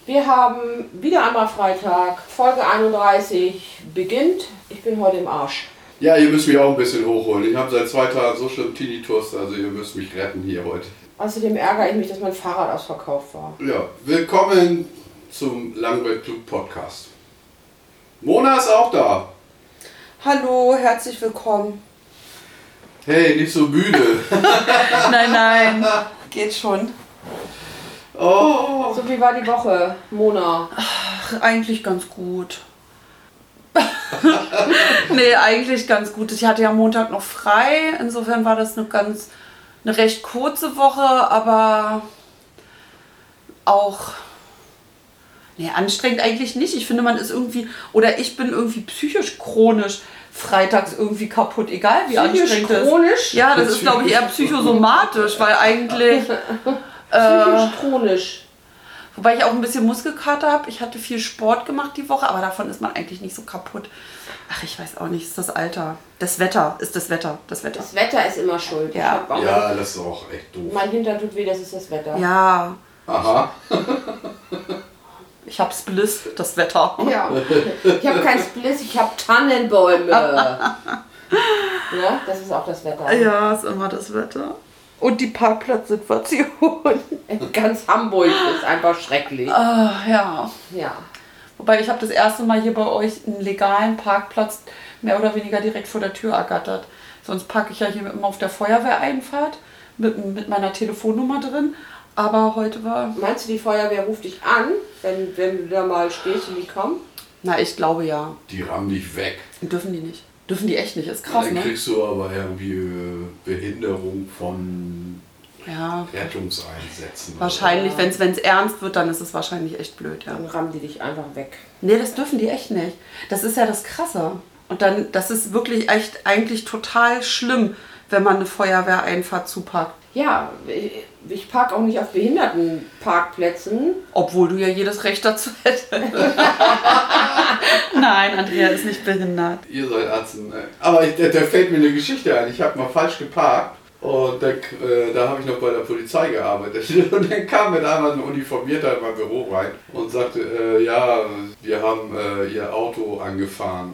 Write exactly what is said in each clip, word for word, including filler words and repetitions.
Wir haben wieder einmal Freitag, Folge einunddreißig beginnt. Ich bin heute im Arsch. Ja, ihr müsst mich auch ein bisschen hochholen. Ich habe seit zwei Tagen so schlimm Tinnitus, also ihr müsst mich retten hier heute. Außerdem ärgere ich mich, dass mein Fahrrad ausverkauft war. Ja, willkommen zum Langweltklug Podcast. Mona ist auch da. Hallo, herzlich willkommen. Hey, nicht so müde. Nein, nein, geht schon. Oh. So, wie war die Woche, Mona? Ach, eigentlich ganz gut. Nee, eigentlich ganz gut. Ich hatte ja Montag noch frei, insofern war das eine ganz, eine recht kurze Woche, aber auch, nee, anstrengend eigentlich nicht. Ich finde, man ist irgendwie, oder ich bin irgendwie psychisch chronisch freitags irgendwie kaputt, egal wie Psychisch anstrengend es ist. chronisch? Ja, das ist, glaube ich, eher psychosomatisch, weil eigentlich... Psychisch chronisch. Wobei ich auch ein bisschen Muskelkater habe. Ich hatte viel Sport gemacht die Woche, aber davon ist man eigentlich nicht so kaputt. Ach, ich weiß auch nicht, es ist das Alter. Das Wetter ist das Wetter. Das Wetter, Das Wetter ist immer schuld. Ja. Ich hab auch Ja, das ist auch echt doof. Mein Hintern tut weh, das ist das Wetter. Ja, Aha. ich habe Spliss, das Wetter. Ja. Ich habe kein Spliss, ich habe Tannenbäume. Ja, das ist auch das Wetter. Ja, ist immer das Wetter. Und die Parkplatzsituation. In ganz Hamburg ist einfach schrecklich. Ah, ja. Ja. Wobei ich habe das erste Mal hier bei euch einen legalen Parkplatz mehr oder weniger direkt vor der Tür ergattert. Sonst parke ich ja hier immer auf der Feuerwehreinfahrt mit, mit meiner Telefonnummer drin. Aber heute war... Meinst du, die Feuerwehr ruft dich an, wenn, wenn du da mal stehst und die kommen? Na, ich glaube ja. Die rammen dich weg. Dürfen die nicht. Dürfen die echt nicht, ist krass, Dann ne? kriegst du aber irgendwie äh, Behinderung von Ja, Rettungseinsätzen. wahrscheinlich, Ja. wenn es ernst wird, dann ist es wahrscheinlich echt blöd, ja. Dann rammen die dich einfach weg. Nee, das dürfen die echt nicht. Das ist ja das Krasse. Und dann, das ist wirklich echt eigentlich total schlimm, wenn man eine Feuerwehreinfahrt zupackt. Ja, ich, ich parke auch nicht auf Behindertenparkplätzen. Obwohl du ja jedes Recht dazu hättest. Nein, Andrea ist nicht behindert. Ihr seid Atzen. Ne? Aber ich, da, da fällt mir eine Geschichte ein. Ich habe mal falsch geparkt und da, äh, da habe ich noch bei der Polizei gearbeitet. Und dann kam mit einmal ein Uniformierter in mein Büro rein und sagte, äh, ja, wir haben äh, ihr Auto angefahren.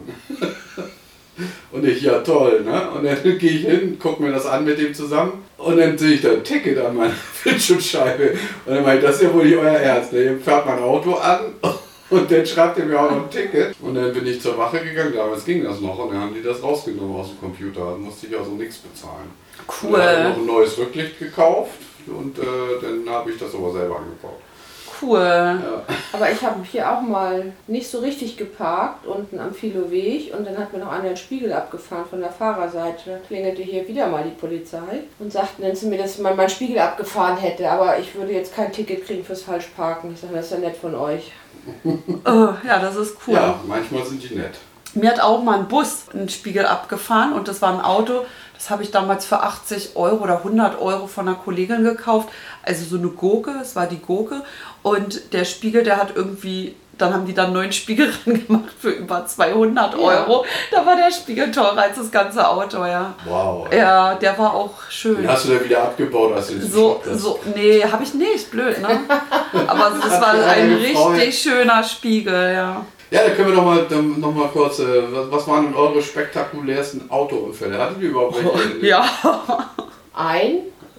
Und ich, ja toll, ne? Und dann gehe ich hin, gucke mir das an mit dem zusammen und dann sehe ich da ein Ticket an meiner Windschutzscheibe. Und dann meine ich, das ist ja wohl nicht euer Ernst, ne? Ihr fährt mein Auto an und dann schreibt ihr mir auch noch ein Ticket. Und dann bin ich zur Wache gegangen, damals ging das noch und dann haben die das rausgenommen aus dem Computer. Dann musste ich also nichts bezahlen. Cool. Und dann habe ich noch ein neues Rücklicht gekauft und äh, dann habe ich das aber selber angebaut. Cool. Ja. Aber ich habe hier auch mal nicht so richtig geparkt, unten am Filoweg. Und dann hat mir noch einer den Spiegel abgefahren von der Fahrerseite. Klingelte hier wieder mal die Polizei und sagten, dass sie mir das mal meinen Spiegel abgefahren hätte. Aber ich würde jetzt kein Ticket kriegen fürs Falschparken. Ich sage, das ist ja nett von euch. Oh, ja, das ist cool. Ja, manchmal sind die nett. Mir hat auch mal ein Bus einen Spiegel abgefahren und das war ein Auto, das habe ich damals für achtzig Euro oder hundert Euro von einer Kollegin gekauft. Also so eine Gurke, es war die Gurke. Und der Spiegel, der hat irgendwie, dann haben die dann neun Spiegel ran gemacht für über zweihundert Euro. Ja. Da war der Spiegel teurer als das ganze Auto, ja. Wow. Ja, der war auch schön. Den hast du dann wieder abgebaut, als du den So, Shop hast. so, nee, habe ich nicht, blöd, ne? Aber das war ein richtig schöner Spiegel, ja. Ja, da können wir doch mal, dann noch mal kurz, äh, was, was waren denn eure spektakulärsten Autounfälle? Hattet ihr überhaupt welche? Ja. Ein?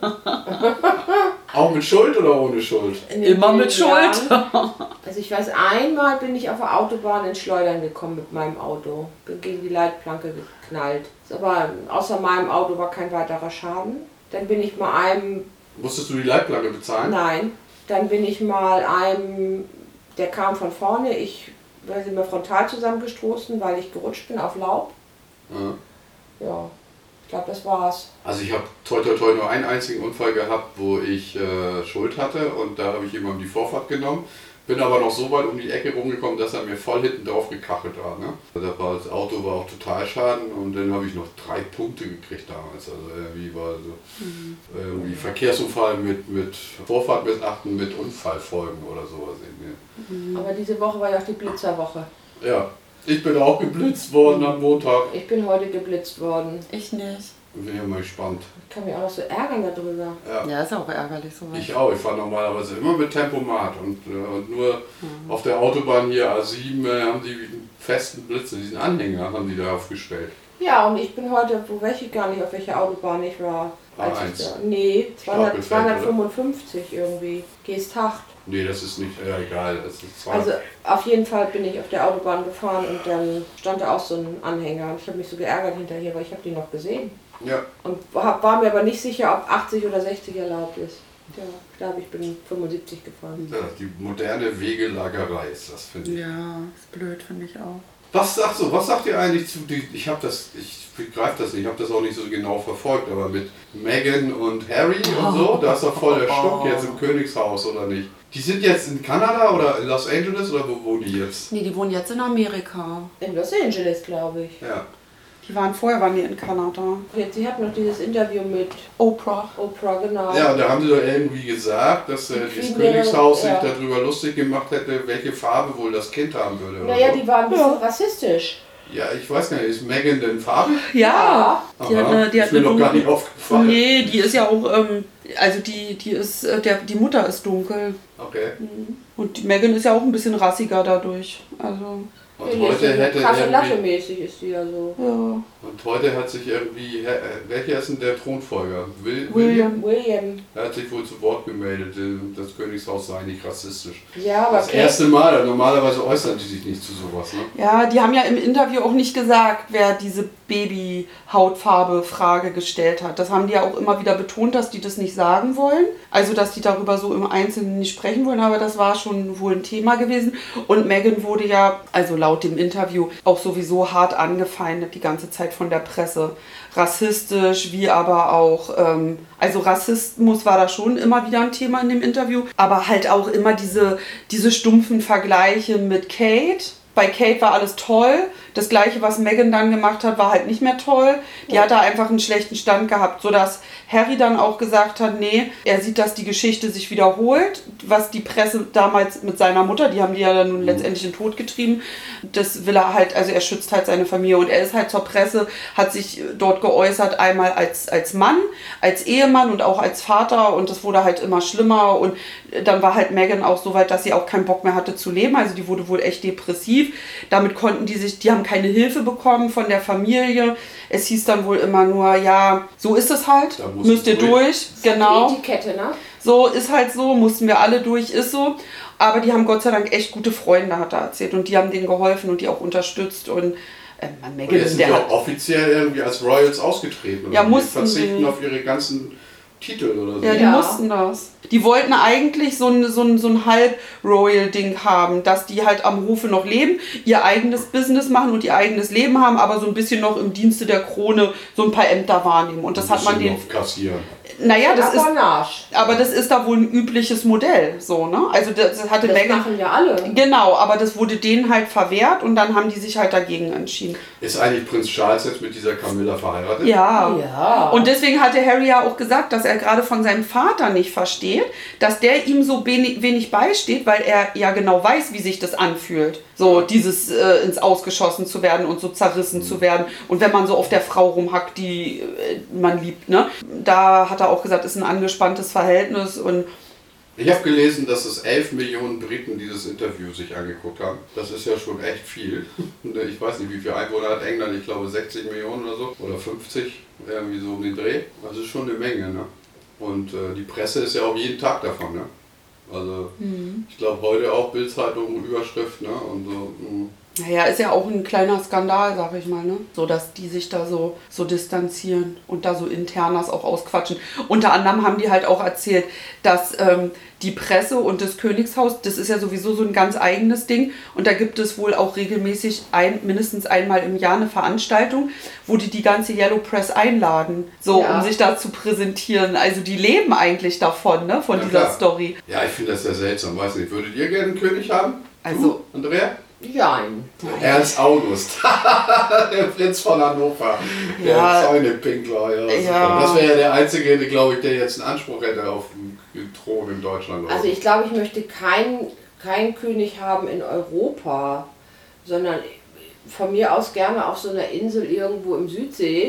Auch mit Schuld oder ohne Schuld? in den Immer mit vielen Schuld. Jahren. Also ich weiß, einmal bin ich auf der Autobahn ins Schleudern gekommen mit meinem Auto. Bin gegen die Leitplanke geknallt. Aber außer meinem Auto war kein weiterer Schaden. Dann bin ich mal einem... Musstest du die Leitplanke bezahlen? Nein. Dann bin ich mal einem... Der kam von vorne. Ich... Da sind wir frontal zusammengestoßen, weil ich gerutscht bin auf Laub. Ja. Ja, ich glaube, das war's. Also ich habe toi toi toi nur einen einzigen Unfall gehabt, wo ich äh, Schuld hatte und da habe ich jemandem die Vorfahrt genommen. Bin aber noch so weit um die Ecke rumgekommen, dass er mir voll hinten drauf gekachelt war. Ne? Da war das Auto war auch total schaden und dann habe ich noch drei Punkte gekriegt damals. Also irgendwie war so mhm. irgendwie Verkehrsunfall mit, mit Vorfahrt missachten, mit Unfallfolgen oder sowas. Mhm. Aber diese Woche war ja auch die Blitzerwoche. Ja, ich bin auch geblitzt worden am Montag. Ich bin heute geblitzt worden. Ich nicht. Bin ja mal gespannt. Ich kann mich auch noch so ärgern darüber. Ja, Ja, ist auch ärgerlich sowas. ich auch. Ich fahre normalerweise immer mit Tempomat. Und, äh, und nur mhm. auf der Autobahn hier A sieben äh, haben die einen festen Blitzer, diesen Anhänger haben die da aufgestellt. Ja, und ich bin heute, wo weiß ich gar nicht, auf welcher Autobahn ich war. Als A ich eins. da, nee, zweihundert, Stapelfeld, zweihundertfünfundfünfzig irgendwie. Geesthacht. Nee, das ist nicht, ja, egal. Das ist zwar Also auf jeden Fall bin ich auf der Autobahn gefahren und dann stand da auch so ein Anhänger. Und ich habe mich so geärgert hinterher, weil ich habe den noch gesehen. ja. Und hab, war mir aber nicht sicher, ob achtzig oder sechzig erlaubt ist. Ja, ich glaube, ich bin fünfundsiebzig gefahren. Ja, die moderne Wegelagerei ist das, finde ich. Ja, ist blöd, finde ich auch. Was sagt so, was sagt ihr eigentlich zu, die, ich habe das, ich begreife das nicht, ich habe das auch nicht so genau verfolgt, aber mit Meghan und Harry und so, da ist doch voll der Stock jetzt im Königshaus, oder nicht? Die sind jetzt in Kanada oder in Los Angeles oder wo wohnen die jetzt? Nee, die wohnen jetzt in Amerika. In Los Angeles, glaube ich. Ja. Die waren vorher waren die in Kanada. Jetzt, sie hat noch dieses Interview mit Oprah. Oprah, genau. Ja, und da haben sie doch irgendwie gesagt, dass äh, das Queen Königshaus Mary, sich ja. darüber lustig gemacht hätte, welche Farbe wohl das Kind haben würde. Oder Naja, so. die waren ein bisschen Ja. rassistisch. Ja, ich weiß gar nicht, ist Meghan denn farbig? Ja, die hat Aha, eine, die hat ist mir eine noch gar dunkle- nicht aufgefallen. Nee, die ist ja auch, ähm, also die, die ist, äh, der, die Mutter ist dunkel. Okay. Und die Meghan ist ja auch ein bisschen rassiger dadurch. Also, Und Die ist heute so hätte Kaffee Latte irgendwie, mäßig ist die ja so. ja. und heute hat sich irgendwie, äh, welcher ist denn der Thronfolger? Will, William. William. Er hat sich wohl zu Wort gemeldet, äh, das Königshaus sei nicht rassistisch. Ja, aber Das erste Mal, normalerweise äußern die sich nicht zu sowas, ne? Ja, die haben ja im Interview auch nicht gesagt, wer diese Baby-Hautfarbe-Frage gestellt hat. Das haben die ja auch immer wieder betont, dass die das nicht sagen wollen. Also, dass die darüber so im Einzelnen nicht sprechen wollen, aber das war schon wohl ein Thema gewesen. Und Meghan wurde ja, also laut dem Interview, auch sowieso hart angefeindet die ganze Zeit von der Presse. Rassistisch, wie aber auch, ähm, also Rassismus war da schon immer wieder ein Thema in dem Interview, aber halt auch immer diese, diese stumpfen Vergleiche mit Kate. Bei Kate war alles toll. Das Gleiche, was Meghan dann gemacht hat, war halt nicht mehr toll. Die Ja. hat da einfach einen schlechten Stand gehabt, sodass Harry dann auch gesagt hat, nee, er sieht, dass die Geschichte sich wiederholt. Was die Presse damals mit seiner Mutter, die haben die ja dann nun letztendlich in den Tod getrieben, das will er halt, also er schützt halt seine Familie. Und er ist halt zur Presse, hat sich dort geäußert, einmal als, als Mann, als Ehemann und auch als Vater. Und das wurde halt immer schlimmer. Und dann war halt Meghan auch so weit, dass sie auch keinen Bock mehr hatte zu leben. Also die wurde wohl echt depressiv. Damit konnten die sich, die haben keine Hilfe bekommen von der Familie. Es hieß dann wohl immer nur, ja, so ist es halt, Da musst müsst du ihr durch. durch, genau. Die Etikette, ne? So ist halt so, mussten wir alle durch, ist so. Aber die haben Gott sei Dank echt gute Freunde, hat er erzählt. Und die haben denen geholfen und die auch unterstützt. Und äh, man, Und Meghan, jetzt sind der die hat, auch offiziell irgendwie als Royals ausgetreten. Ja, oder? mussten Die verzichten sie. auf ihre ganzen Titel oder so. ja, die Ja. mussten das. Die wollten eigentlich so ein, so ein, so ein Halb-Royal-Ding haben, dass die halt am Hofe noch leben, ihr eigenes Business machen und ihr eigenes Leben haben, aber so ein bisschen noch im Dienste der Krone so ein paar Ämter wahrnehmen. Und das Ein hat man bisschen den. auf kassieren. Naja, das ist. Apanage. Aber das ist da wohl ein übliches Modell, so, ne? Also das hatte Das Meghan. machen ja alle. Genau, aber das wurde denen halt verwehrt und dann haben die sich halt dagegen entschieden. Ist eigentlich Prinz Charles jetzt mit dieser Camilla verheiratet? Ja. Ja. Und deswegen hatte Harry ja auch gesagt, dass er gerade von seinem Vater nicht versteht, dass der ihm so wenig, wenig beisteht, weil er ja genau weiß, wie sich das anfühlt. So dieses äh, ins Ausgeschossen zu werden und so zerrissen zu werden. Und wenn man so auf der Frau rumhackt, die äh, man liebt, ne? Da hat er auch gesagt, ist ein angespanntes Verhältnis und Ich habe gelesen, dass es elf Millionen Briten dieses Interview sich angeguckt haben. Das ist ja schon echt viel. Ich weiß nicht, wie viele Einwohner hat England, ich glaube sechzig Millionen oder so. Oder fünfzig, irgendwie so um den Dreh. Das ist schon eine Menge, ne? Und äh, die Presse ist ja auch jeden Tag davon, ne? Also mhm. ich glaube heute auch Bild-Zeitung, Überschrift, ne? Und so. Mh. Naja, ist ja auch ein kleiner Skandal, sag ich mal, ne? So, dass die sich da so, so distanzieren und da so internas auch ausquatschen. Unter anderem haben die halt auch erzählt, dass ähm, die Presse und das Königshaus, das ist ja sowieso so ein ganz eigenes Ding. Und da gibt es wohl auch regelmäßig ein, mindestens einmal im Jahr eine Veranstaltung, wo die die ganze Yellow Press einladen, so Ja. um sich da zu präsentieren. Also die leben eigentlich davon, ne? Von Ja, dieser klar. Story. Ja, ich finde das sehr seltsam, weiß nicht. Würdet ihr gerne einen König haben? Also- Du, Andrea? Jein. Ernst August, der Prinz von Hannover, der Ja. Zäunepinkler. Ja, Ja. super. Das wäre ja der einzige, glaube ich, der jetzt einen Anspruch hätte auf den Thron in Deutschland. Also ich glaube, ich möchte keinen keinen König haben in Europa, sondern von mir aus gerne auf so einer Insel irgendwo im Südsee,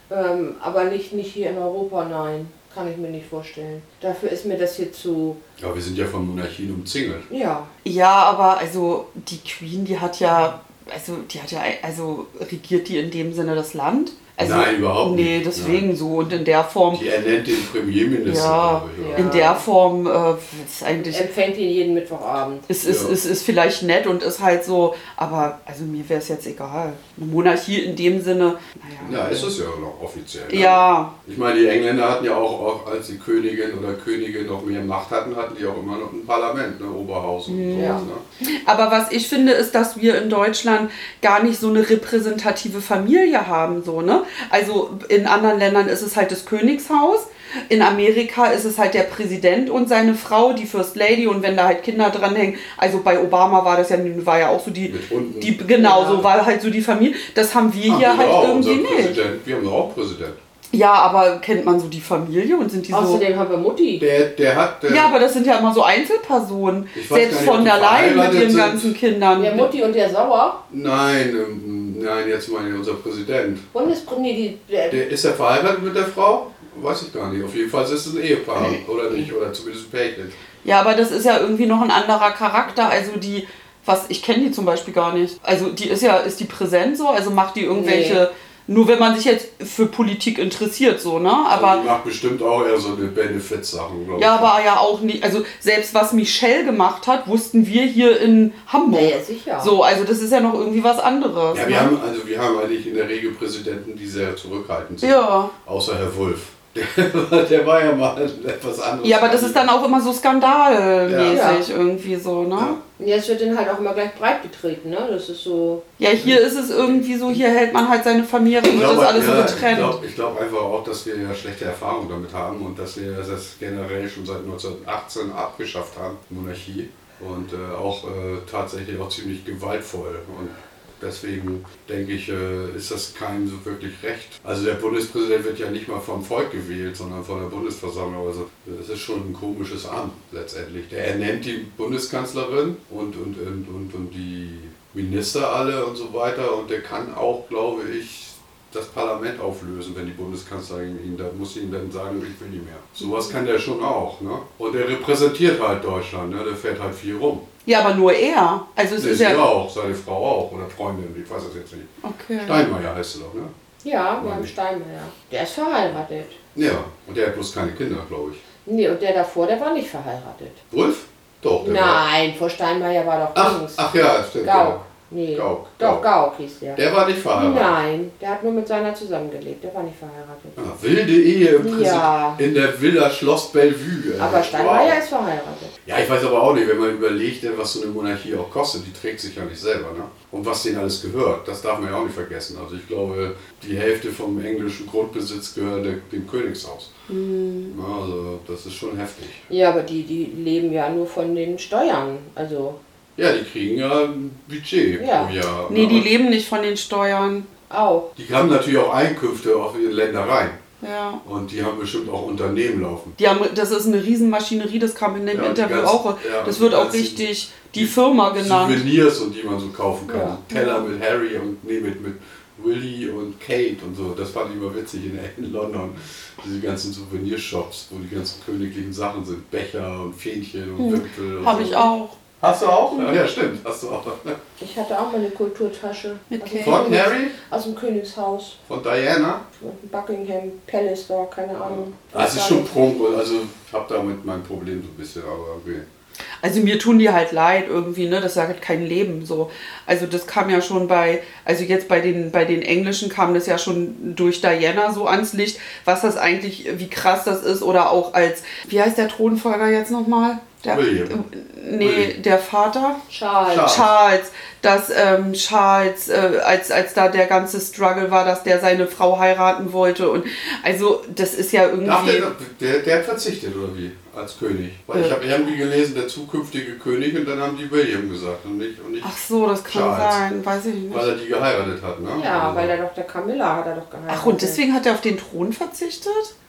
Ähm, aber nicht, nicht hier in Europa, nein. Kann ich mir nicht vorstellen. Dafür ist mir das hier zu... Ja, wir sind ja von Monarchien umzingelt. Ja. Ja, aber also die Queen, die hat ja, also die hat ja, also regiert die in dem Sinne das Land? Also, Nein, überhaupt nicht. Nee, deswegen Nein. so und in der Form. Die ernennt den Premierminister, Ja, glaube ich. Oder? in der Form äh, ist eigentlich. Empfängt ihn jeden Mittwochabend. Es ist, Ja. es ist vielleicht nett und ist halt so, aber also mir wäre es jetzt egal. Eine Monarchie in dem Sinne, naja. Ja, ist es ja noch offiziell. Ne? Ja. Ich meine, die Engländer hatten ja auch, auch, als die Königin oder Könige noch mehr Macht hatten, hatten die auch immer noch ein Parlament, ne? Oberhaus und so. Ja. Ne? Aber was ich finde, ist, dass wir in Deutschland gar nicht so eine repräsentative Familie haben, so, ne? Also in anderen Ländern ist es halt das Königshaus. In Amerika ist es halt der Präsident und seine Frau, die First Lady, und wenn da halt Kinder dranhängen, also bei Obama war das ja, war ja auch so die, Mit Hunden. die genau, Ja. so war halt so die Familie. Das haben wir Ach, hier wir halt auch, irgendwie unser nicht. Präsident. Wir haben doch auch Präsident. Ja, aber kennt man so die Familie und sind die so... Außerdem haben wir Mutti. Der, der hat... Der, Ja, aber das sind ja immer so Einzelpersonen. Ich weiß Selbst gar nicht, von ob die der Leyen mit verheiratet ihren sind. ganzen Kindern. Der Mutti und der Sauer. Nein, ähm, nein, jetzt meine ich unser Präsident. Bundespremier, die... Der, Der, ist er verheiratet mit der Frau? Weiß ich gar nicht. Auf jeden Fall ist es ein Ehepaar, oder nicht? Oder zumindest ein Pärchen. Ja, aber das ist ja irgendwie noch ein anderer Charakter. Also die, was, ich kenne die zum Beispiel gar nicht. Also die ist ja, ist die präsent so? Also macht die irgendwelche, nur wenn man sich jetzt für Politik interessiert so, ne? Aber Aber die macht bestimmt auch eher so eine Benefits-Sachen, glaube ich. ja, aber ja auch nicht, also selbst was Michelle gemacht hat, wussten wir hier in Hamburg. ja, ja, sicher. So, also das ist ja noch irgendwie was anderes. Ja, wir ne? haben, also wir haben eigentlich in der Regel Präsidenten, die sehr zurückhaltend sind. Ja. Außer Herr Wulff. Der, der war ja mal etwas anderes. Ja, aber das ist dann auch immer so skandalmäßig Ja. irgendwie so, ne? Ja. Und jetzt wird dann halt auch immer gleich breit getreten, ne? Das ist so... Ja, hier ist es irgendwie so, hier hält man halt seine Familie und Ich wird das glaube, alles ja, so ich getrennt. glaube glaub einfach auch, dass wir ja schlechte Erfahrungen damit haben und dass wir das generell schon seit neunzehnhundertachtzehn abgeschafft haben, Monarchie. Und äh, auch äh, tatsächlich auch ziemlich gewaltvoll. Und deswegen denke ich, äh, ist das keinem so wirklich recht. Also der Bundespräsident wird ja nicht mal vom Volk gewählt, sondern von der Bundesversammlung. Also das ist schon ein komisches Amt letztendlich. Der ernennt die Bundeskanzlerin und, und, und, und, und die Minister alle und so weiter. Und der kann auch, glaube ich, das Parlament auflösen, wenn die Bundeskanzlerin ihn, da muss ihn dann sagen, ich will nicht mehr. Sowas kann der schon auch, ne? Und er repräsentiert halt Deutschland, ne? Der fährt halt viel rum. Ja, aber nur er. Also es Der ist sie ja. auch, seine Frau auch, oder Freundin, ich weiß es jetzt nicht. Okay. Steinmeier heißt sie doch, ne? Ja, wir haben Steinmeier. Der ist verheiratet. Ja, und der hat bloß keine Kinder, glaube ich. Nee, und der davor, der war nicht verheiratet. Wulff? Doch, der war. Nein, vor Steinmeier war doch Ach, Dings. ach ja, stimmt. Gauck. Nee. Gauck, Doch, Gauck. Gauck hieß der. Der war nicht verheiratet. Nein, der hat nur mit seiner zusammengelebt. Der war nicht verheiratet. Ah, wilde Ehe im Prinzip Ja. in der Villa Schloss Bellevue. ey. Aber Steinmeier Wow. ist verheiratet. Ja, ich weiß aber auch nicht, wenn man überlegt, was so eine Monarchie auch kostet, die trägt sich ja nicht selber, ne? Und was denen alles gehört, das darf man ja auch nicht vergessen. Also ich glaube, die Hälfte vom englischen Grundbesitz gehört der- dem Königshaus. Hm. Na, also das ist schon heftig. Ja, aber die, die leben ja nur von den Steuern. Also, Ja, die kriegen ja ein Budget Ja. pro Jahr. Nee, ne? die leben nicht von den Steuern. auch. Die haben natürlich auch Einkünfte auf ihre Ländereien. Ja. Und die haben bestimmt auch Unternehmen laufen. Die haben, das ist eine Riesenmaschinerie, das kam in dem Ja, die Interview ganzen- auch. ja, Das die wird auch ganzen- richtig die Firma genannt. Souvenirs und die man so kaufen kann. Ja. Teller mit Harry und nee, mit, mit Willy und Kate und so. Das fand ich immer witzig in, in London. Diese ganzen Souvenirshops, wo die ganzen königlichen Sachen sind. Becher und Fähnchen und Wimpel. Und Habe so. ich auch. Hast du auch? Ja, ja, stimmt. Hast du auch. Ich hatte auch mal eine Kulturtasche. Mit aus dem Kate. Von Königs- Harry? Aus dem Königshaus. Von Diana? Von Buckingham Palace da, keine Ahnung. Das ist schon Prunk. Also ich habe damit mein Problem so ein bisschen, aber okay. Also mir tun die halt leid irgendwie, ne? Das ist ja halt kein Leben so. Also das kam ja schon bei, also jetzt bei den, bei den Englischen kam das ja schon durch Diana so ans Licht, was das eigentlich, wie krass das ist oder auch als, wie heißt der Thronfolger jetzt nochmal? Der, William. äh, Nee, William. der Vater? Charles. Charles. Charles, dass ähm, Charles, äh, als, als da der ganze Struggle war, dass der seine Frau heiraten wollte und also das ist ja irgendwie... Darf der, der, der hat verzichtet, oder wie? Als König. Weil ich Äh. habe irgendwie gelesen, der zukünftige König, und dann haben die William gesagt und nicht, und nicht Ach so, das kann Charles. sein, weiß ich nicht. weil er die geheiratet hat, ne? Ja, Also- weil er doch der Camilla hat er doch geheiratet. Ach, und deswegen hat er auf den Thron verzichtet?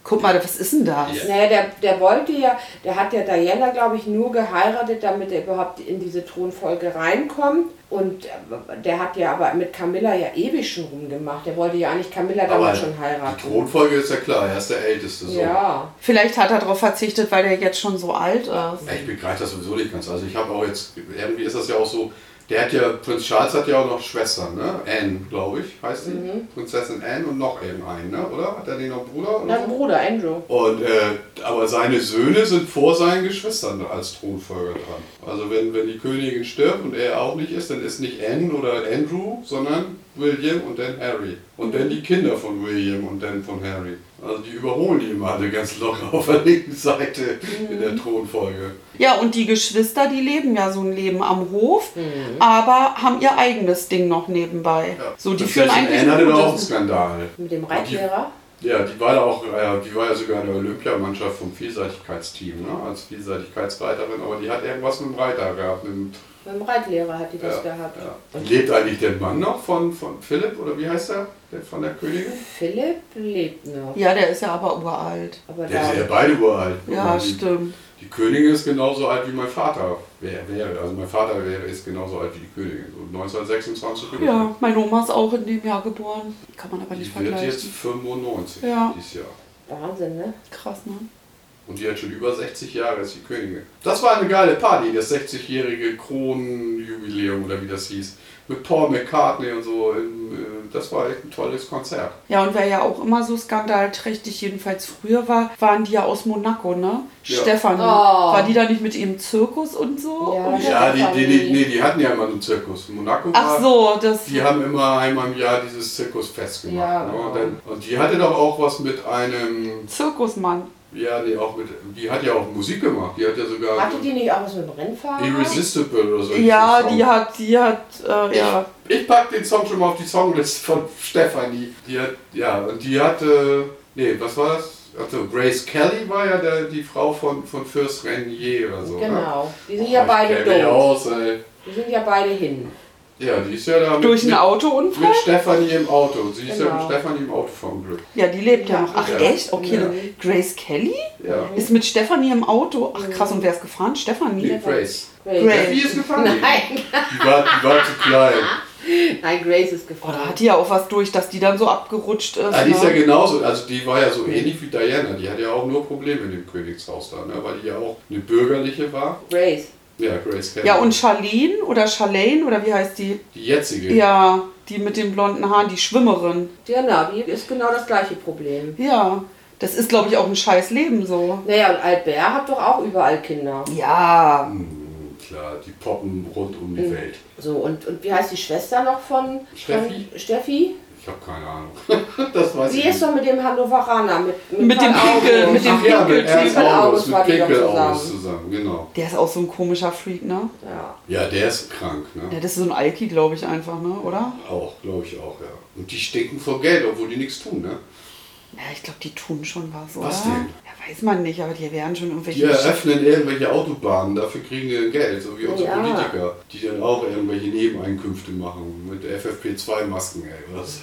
Guck mal, was ist denn das? Ja. Naja, der, der wollte ja, der hat ja Diana, glaube ich, nur geheiratet, damit er überhaupt in diese Thronfolge reinkommt. Und der hat ja aber mit Camilla ja ewig schon rumgemacht. Der wollte ja eigentlich Camilla damals schon heiraten. Die Thronfolge ist ja klar, er ist der älteste Sohn. Ja. Vielleicht hat er darauf verzichtet, weil er jetzt schon so alt ist. Ja, ich begreife das sowieso nicht ganz. Also ich habe auch jetzt, irgendwie ist das ja auch so, der hat ja, Prinz Charles hat ja auch noch Schwestern, ne? Anne, glaube ich, heißt die. Mhm. Prinzessin Anne und noch irgendeinen, ne? Oder? Hat er den noch einen Bruder? Oder Ja, ein so? Bruder, Andrew. Und, äh, aber seine Söhne sind vor seinen Geschwistern als Thronfolger dran. Also wenn, wenn die Königin stirbt und er auch nicht ist, dann ist nicht Anne oder Andrew, sondern William und dann Harry. Und dann die Kinder von William und dann von Harry. Also die überholen die immer alle ganz locker auf der linken Seite mhm. in der Thronfolge. Ja, und die Geschwister, die leben ja so ein Leben am Hof, mhm. aber haben ihr eigenes Ding noch nebenbei. Ja. So, die führen eigentlich Anne ein hatte da auch einen gutes... Skandal. Mit dem Reitlehrer? Die, ja, die war da auch, äh, die war ja sogar in der Olympiamannschaft vom Vielseitigkeitsteam, ne? Als Vielseitigkeitsreiterin, aber die hat irgendwas mit dem Reiter gehabt. Mit dem, mit dem Reitlehrer hat die das ja, gehabt. Ja. Lebt eigentlich der Mann noch von, von Philipp, oder wie heißt er? Der von der Königin? Philipp lebt noch. Ja, der ist ja aber uralt. Aber der ist ja beide uralt. Ja, die, stimmt. Die Königin ist genauso alt wie mein Vater wäre. Also mein Vater wäre ist genauso alt wie die Königin. So neunzehnhundertsechsundzwanzig. Ja, meine Oma ist auch in dem Jahr geboren. Kann man aber nicht die vergleichen. Die wird jetzt fünfundneunzig ja. dieses Jahr. Wahnsinn, ne? Krass, ne? Und die hat schon über sechzig Jahre, ist die Königin. Das war eine geile Party, das sechzigjährige Kronenjubiläum oder wie das hieß. Mit Paul McCartney und so. Das war echt ein tolles Konzert. Ja, und wer ja auch immer so skandalträchtig jedenfalls früher war, waren die ja aus Monaco, ne? Ja. Stefanie. Oh. War die da nicht mit ihrem Zirkus und so? Ja, und ja die, die, die, nee, die hatten ja immer so einen Zirkus. Monaco war, Ach so, das... Die haben immer einmal im Jahr dieses Zirkusfest gemacht. Ja, ne? genau. und, dann, und die hatte doch auch was mit einem... Zirkusmann. Ja, nee, auch mit, die hat ja auch Musik gemacht. Die hat ja sogar... Hatte die nicht auch was mit dem Rennfahrer? Irresistible oder so. Ja, die hat, die hat, äh, ja. Ich, ich pack den Song schon mal auf die Songliste von Stefanie. Die hat, ja, und die hatte, nee, was war das? Also Grace Kelly war ja der, die Frau von, von Fürst Renier oder so. Genau, ne? die sind ja Oh, beide tot. Aus, Die sind ja beide hin. Ja, die ist ja da mit, Durch einen mit, Autounfall? mit Stefanie im Auto. Sie ist Genau. ja mit Stefanie im Auto vom Glück. Ja, die lebt ja noch. Ach Ja. echt? Okay, Ja. Grace Kelly? Ja. Ist mit Stefanie im Auto? Ach krass, und wer ist gefahren? Stefanie? Nee, Grace. Grace. Grace. Steffi ist gefahren? Nein. Die war, die war zu klein. Nein, Grace ist Oh, gefahren. da hat die ja auch was durch, dass die dann so abgerutscht ist. Ah, die ist ja ne? genauso, also die war ja so ähnlich wie Diana. Die hat ja auch nur Probleme in dem Königshaus da, ne? Weil die ja auch eine bürgerliche war. Grace. Ja, Grace Kelly. Ja, und Charlene oder Charlene oder wie heißt die? Die jetzige. Ja, die mit den blonden Haaren, die Schwimmerin. Genau, die ist genau das gleiche Problem. Ja, das ist, glaube ich, auch ein scheiß Leben so. Naja, und Albert hat doch auch überall Kinder. Ja, Hm, klar, die poppen rund um die Mhm. Welt. So, und, und wie heißt die Schwester noch von Steffi? Von Steffi? Ich habe keine Ahnung. Das weiß Sie ich ist nicht. doch mit dem Hannoveraner, mit, Mit dem Karl Pinkel, August. mit dem Ach ja, mit Pinkeltyp. Ernst Pinkel August, August mit war die doch Pinkel zusammen. August zusammen, genau. der ist auch so ein komischer Freak, ne? Ja. Ja, der ist krank, ne? Ja, das ist so ein Alki, glaube ich, einfach, ne? Oder? Auch, glaube ich auch, ja. Und die stinken vor Geld, obwohl die nichts tun, ne? Ja, ich glaube, die tun schon was, oder? Was denn? Ja, weiß man nicht, aber die werden schon irgendwelche... Die eröffnen irgendwelche Autobahnen, dafür kriegen die Geld, so wie unsere Ja. Politiker, die dann auch irgendwelche Nebeneinkünfte machen mit F F P zwei Masken, ey, was?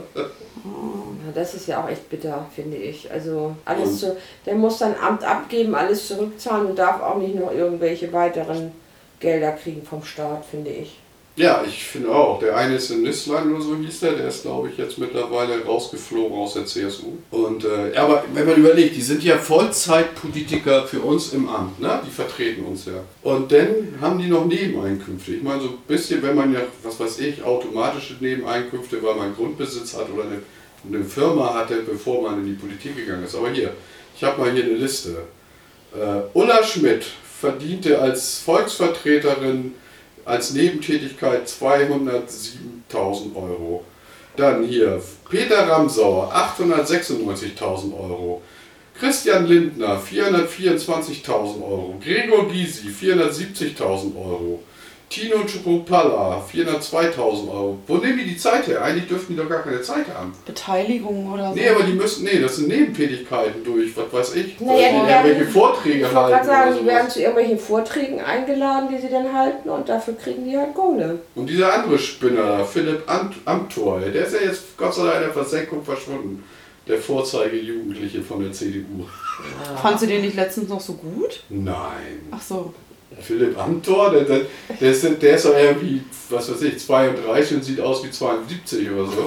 Ja, das ist ja auch echt bitter, finde ich. Also alles Und? zu, der muss sein Amt abgeben, alles zurückzahlen und darf auch nicht noch irgendwelche weiteren Gelder kriegen vom Staat, finde ich. Ja, ich finde auch. Der eine ist in Nüsslein oder so hieß der, der ist, glaube ich, jetzt mittlerweile rausgeflogen aus der C S U. Und, äh, aber wenn man überlegt, die sind ja Vollzeitpolitiker für uns im Amt, ne? Die vertreten uns ja. Und dann haben die noch Nebeneinkünfte. Ich meine, so ein bisschen, wenn man ja, was weiß ich, automatische Nebeneinkünfte, weil man Grundbesitz hat oder eine, eine Firma hatte, bevor man in die Politik gegangen ist. Aber hier, ich habe mal hier eine Liste. Äh, Ulla Schmidt verdiente als Volksvertreterin als Nebentätigkeit zweihundertsiebentausend Euro. Dann hier Peter Ramsauer achthundertsechsundneunzigtausend Euro. Christian Lindner vierhundertvierundzwanzigtausend Euro. Gregor Gysi vierhundertsiebzigtausend Euro. Tino Chrupalla vierhundertzweitausend Euro. Wo nehmen die die Zeit her? Eigentlich dürften die doch gar keine Zeit haben. Beteiligung oder so. Nee, aber die müssen, nee, das sind Nebentätigkeiten durch, was weiß ich. Naja, Weil die die werden- irgendwelche Vorträge Ich wollte halten. gerade sagen, oder die werden sowas. zu irgendwelchen Vorträgen eingeladen, die sie dann halten und dafür kriegen die halt Kohle. Und dieser andere Spinner, Philipp Ant Amthor, der ist ja jetzt Gott sei Dank in der Versenkung verschwunden. der Vorzeigejugendliche von der C D U. Ja. Fandst du den nicht letztens noch so gut? Nein. Ach so. Philipp Amthor, der, der, der, ist, der ist doch irgendwie, was weiß ich, zweiunddreißig und sieht aus wie zweiundsiebzig oder so.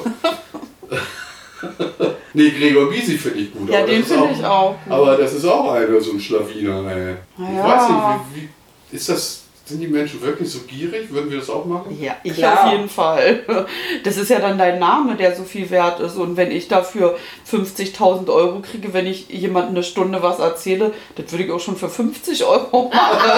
Nee, Gregor Gysi finde ich gut. Ja, den finde ich auch. Aber das ist auch einer, so ein Schlawiner. Ey. Ja. Ich weiß nicht, wie, wie ist das... Sind die Menschen wirklich so gierig? Würden wir das auch machen? Ja, ich Klar. auf jeden Fall. Das ist ja dann dein Name, der so viel wert ist. Und wenn ich dafür fünfzigtausend Euro kriege, wenn ich jemandem eine Stunde was erzähle, das würde ich auch schon für fünfzig Euro machen.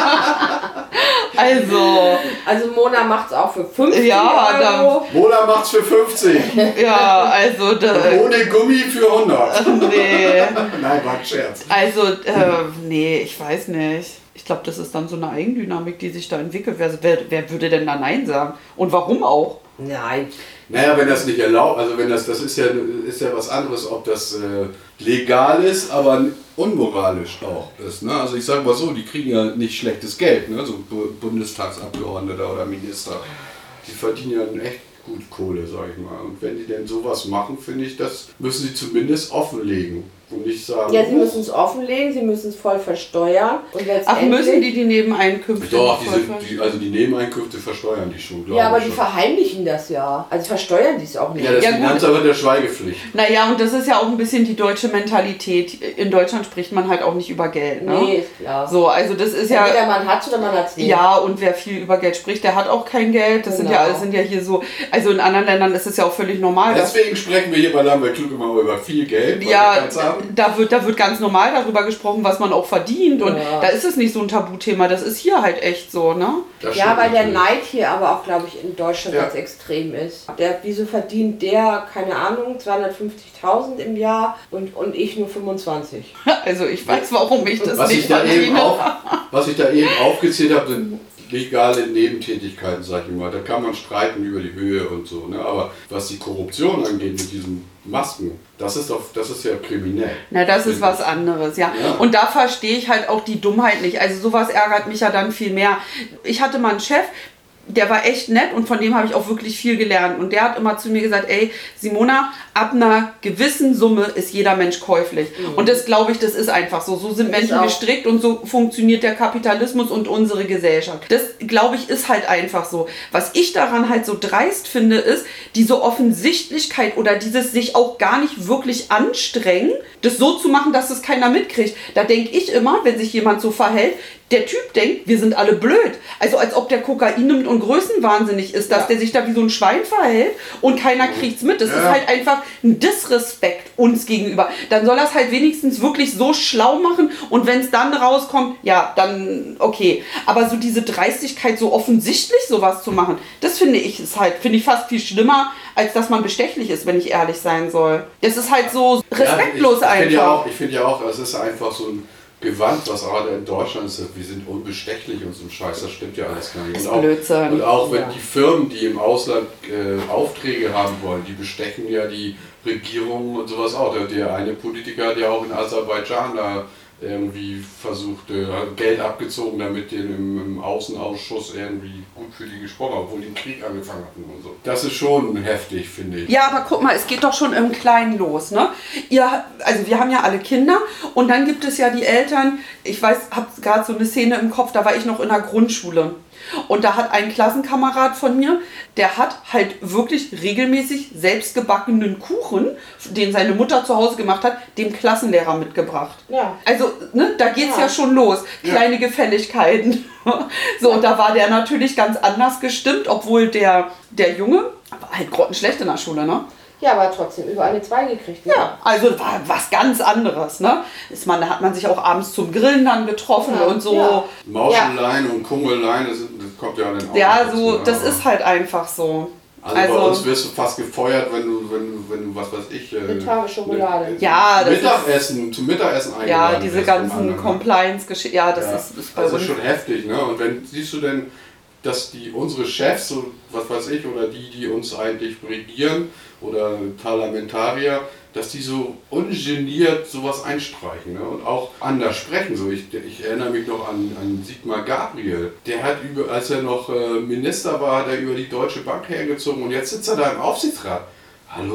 Also... Also Mona macht es auch für fünfzig ja, Euro. Mona macht's für fünfzig. Ja, also... Da, ohne Gummi für hundert. Nee. Nein, war ein Scherz. Also, äh, nee, ich weiß nicht. Ich glaube, das ist dann so eine Eigendynamik, die sich da entwickelt. Wer, wer, wer würde denn da Nein sagen? Und warum auch? Nein. Naja, wenn das nicht erlaubt, also wenn das, das ist ja, ist ja was anderes, ob das äh, legal ist, aber unmoralisch auch ist. Ne? Also ich sage mal so, die kriegen ja nicht schlechtes Geld, ne? So Bundestagsabgeordneter oder Minister. Die verdienen ja echt gut Kohle, sag ich mal. Und wenn die denn sowas machen, finde ich, das müssen sie zumindest offenlegen. Und nicht sagen, Ja, sie müssen es offenlegen, sie müssen es voll versteuern. Und Ach, müssen die die Nebeneinkünfte Doch, die voll sind, die, also die Nebeneinkünfte versteuern die schon, glaube Ja, aber ich die schon. verheimlichen das ja. Also versteuern die es auch nicht. Ja, das Ja, Finanzamt der Schweigepflicht. Naja, und das ist ja auch ein bisschen die deutsche Mentalität. In Deutschland spricht man halt auch nicht über Geld. Ne? Nee, ist klar. So, also das ist ja... Entweder man hat es oder man hat es nicht. Ja, und wer viel über Geld spricht, der hat auch kein Geld. Das sind ja, Genau. das sind ja hier so... Also in anderen Ländern ist es ja auch völlig normal. dass- Deswegen sprechen wir hier bei Lambert Klug immer über viel Geld, weil wir Ja, keins haben. da wird, da wird ganz normal darüber gesprochen, was man auch verdient. Und Ja. da ist es nicht so ein Tabuthema. Das ist hier halt echt so, ne? Das Ja, stimmt weil der natürlich. Neid hier aber auch, glaube ich, in Deutschland Ja. ganz extrem ist. Der, wieso verdient der, keine Ahnung, zweihundertfünfzigtausend im Jahr und, und ich nur fünfundzwanzig? Also ich weiß, warum ich das Was ich, nicht da eben verdiene. auf, was ich da eben aufgezählt habe, sind legale Nebentätigkeiten, sag ich mal. Da kann man streiten über die Höhe und so. Ne? Aber was die Korruption angeht mit diesen Masken, das ist doch, das ist ja kriminell. Na, das ist was anderes, ja. Ja. Und da verstehe ich halt auch die Dummheit nicht. Also sowas ärgert mich ja dann viel mehr. Ich hatte mal einen Chef, der war echt nett und von dem habe ich auch wirklich viel gelernt. Und der hat immer zu mir gesagt, ey, Simona, ab einer gewissen Summe ist jeder Mensch käuflich. Mhm. Und das glaube ich, das ist einfach so. So sind Menschen gestrickt und so funktioniert der Kapitalismus und unsere Gesellschaft. Das, glaube ich, ist halt einfach so. Was ich daran halt so dreist finde, ist diese Offensichtlichkeit oder dieses sich auch gar nicht wirklich anstrengen, das so zu machen, dass es keiner mitkriegt. Da denke ich immer, wenn sich jemand so verhält, der Typ denkt, wir sind alle blöd. Also als ob der Kokain nimmt und größenwahnsinnig ist, dass Ja. der sich da wie so ein Schwein verhält und keiner kriegt's mit. Das Ja. ist halt einfach ein Disrespekt uns gegenüber. Dann soll er es halt wenigstens wirklich so schlau machen und wenn es dann rauskommt, ja, dann okay. Aber so diese Dreistigkeit, so offensichtlich sowas zu machen, das finde ich ist halt, finde ich fast viel schlimmer, als dass man bestechlich ist, wenn ich ehrlich sein soll. Das ist halt so respektlos ja, ich, ich finde ja einfach. auch, ich finde ja auch, es ist einfach so ein Gewand, was gerade in Deutschland ist, wir sind unbestechlich und so ein Scheiß, das stimmt ja alles gar nicht. Ist Und auch, Blödsinn. und auch wenn Ja. die Firmen, die im Ausland äh, Aufträge haben wollen, die bestechen ja die Regierungen und sowas auch. Der, der eine Politiker hat ja auch in Aserbaidschan da irgendwie versucht, äh, hat Geld abgezogen, damit den im, im Außenausschuss irgendwie gut für die gesprochen haben, obwohl die einen Krieg angefangen hatten und so. Das ist schon heftig, finde ich. Ja, aber guck mal, es geht doch schon im Kleinen los, ne? Ihr, also wir haben ja alle Kinder und dann gibt es ja die Eltern, ich weiß, hab gerade so eine Szene im Kopf, da war ich noch in der Grundschule. Und da hat ein Klassenkamerad von mir, der hat halt wirklich regelmäßig selbstgebackenen Kuchen, den seine Mutter zu Hause gemacht hat, dem Klassenlehrer mitgebracht. Ja. Also, ne, da geht's ja. Ja. schon los. Ja. Kleine Gefälligkeiten. So, und da war der natürlich ganz anders gestimmt, obwohl der, der Junge war halt grottenschlecht in der Schule, ne? Ja, aber trotzdem über eine zwei gekriegt. Ne? Ja, also war was ganz anderes, ne? Ist man, da hat man sich auch abends zum Grillen dann getroffen Ja, und so. ja. Mauscheleien und Kungeleien, das, sind- das kommt ja an den Augen. Ja, so, dazu, das aber- ist halt einfach so. Also, bei Also- uns wirst du fast gefeuert, wenn du, wenn du, wenn du was weiß ich, äh, Eine Tafel Schokolade. ne- Ja, das Mittagessen, zum Mittagessen Ja, eingeladen diese wirst von ganzen anderen. Compliance-Geschichten, ja, das Ja, ist, ist bei das uns. ist schon heftig, ne? Und wenn siehst du denn, dass die unsere Chefs, so was weiß ich, oder die, die uns eigentlich regieren oder Parlamentarier, dass die so ungeniert sowas einstreichen, ne? Und auch anders sprechen. So, ich, ich erinnere mich noch an, an Sigmar Gabriel. Der hat, über, als er noch äh, Minister war, hat er über die Deutsche Bank hergezogen und jetzt sitzt er da im Aufsichtsrat. Hallo?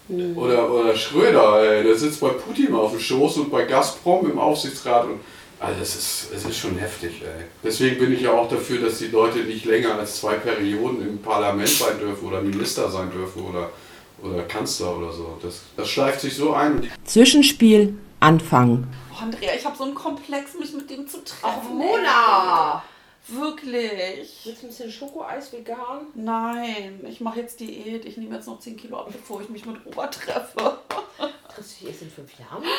Mhm. Oder, oder Schröder, ey, der sitzt bei Putin auf dem Schoß und bei Gazprom im Aufsichtsrat. Und, also es ist, es ist schon heftig. Ey. Deswegen bin ich ja auch dafür, dass die Leute nicht länger als zwei Perioden im Parlament sein dürfen oder Minister sein dürfen oder, oder Kanzler oder so. Das, das schleift sich so ein. Zwischenspiel, Anfang. Oh, Andrea, ich habe so einen Komplex, mich mit dem zu treffen. Ach, Mona! Wirklich. Willst du ein bisschen Schokoeis vegan? Nein, ich mache jetzt Diät. Ich nehme jetzt noch zehn Kilo ab, bevor ich mich mit Robert treffe. Triffst du dich erst in fünf Jahren mit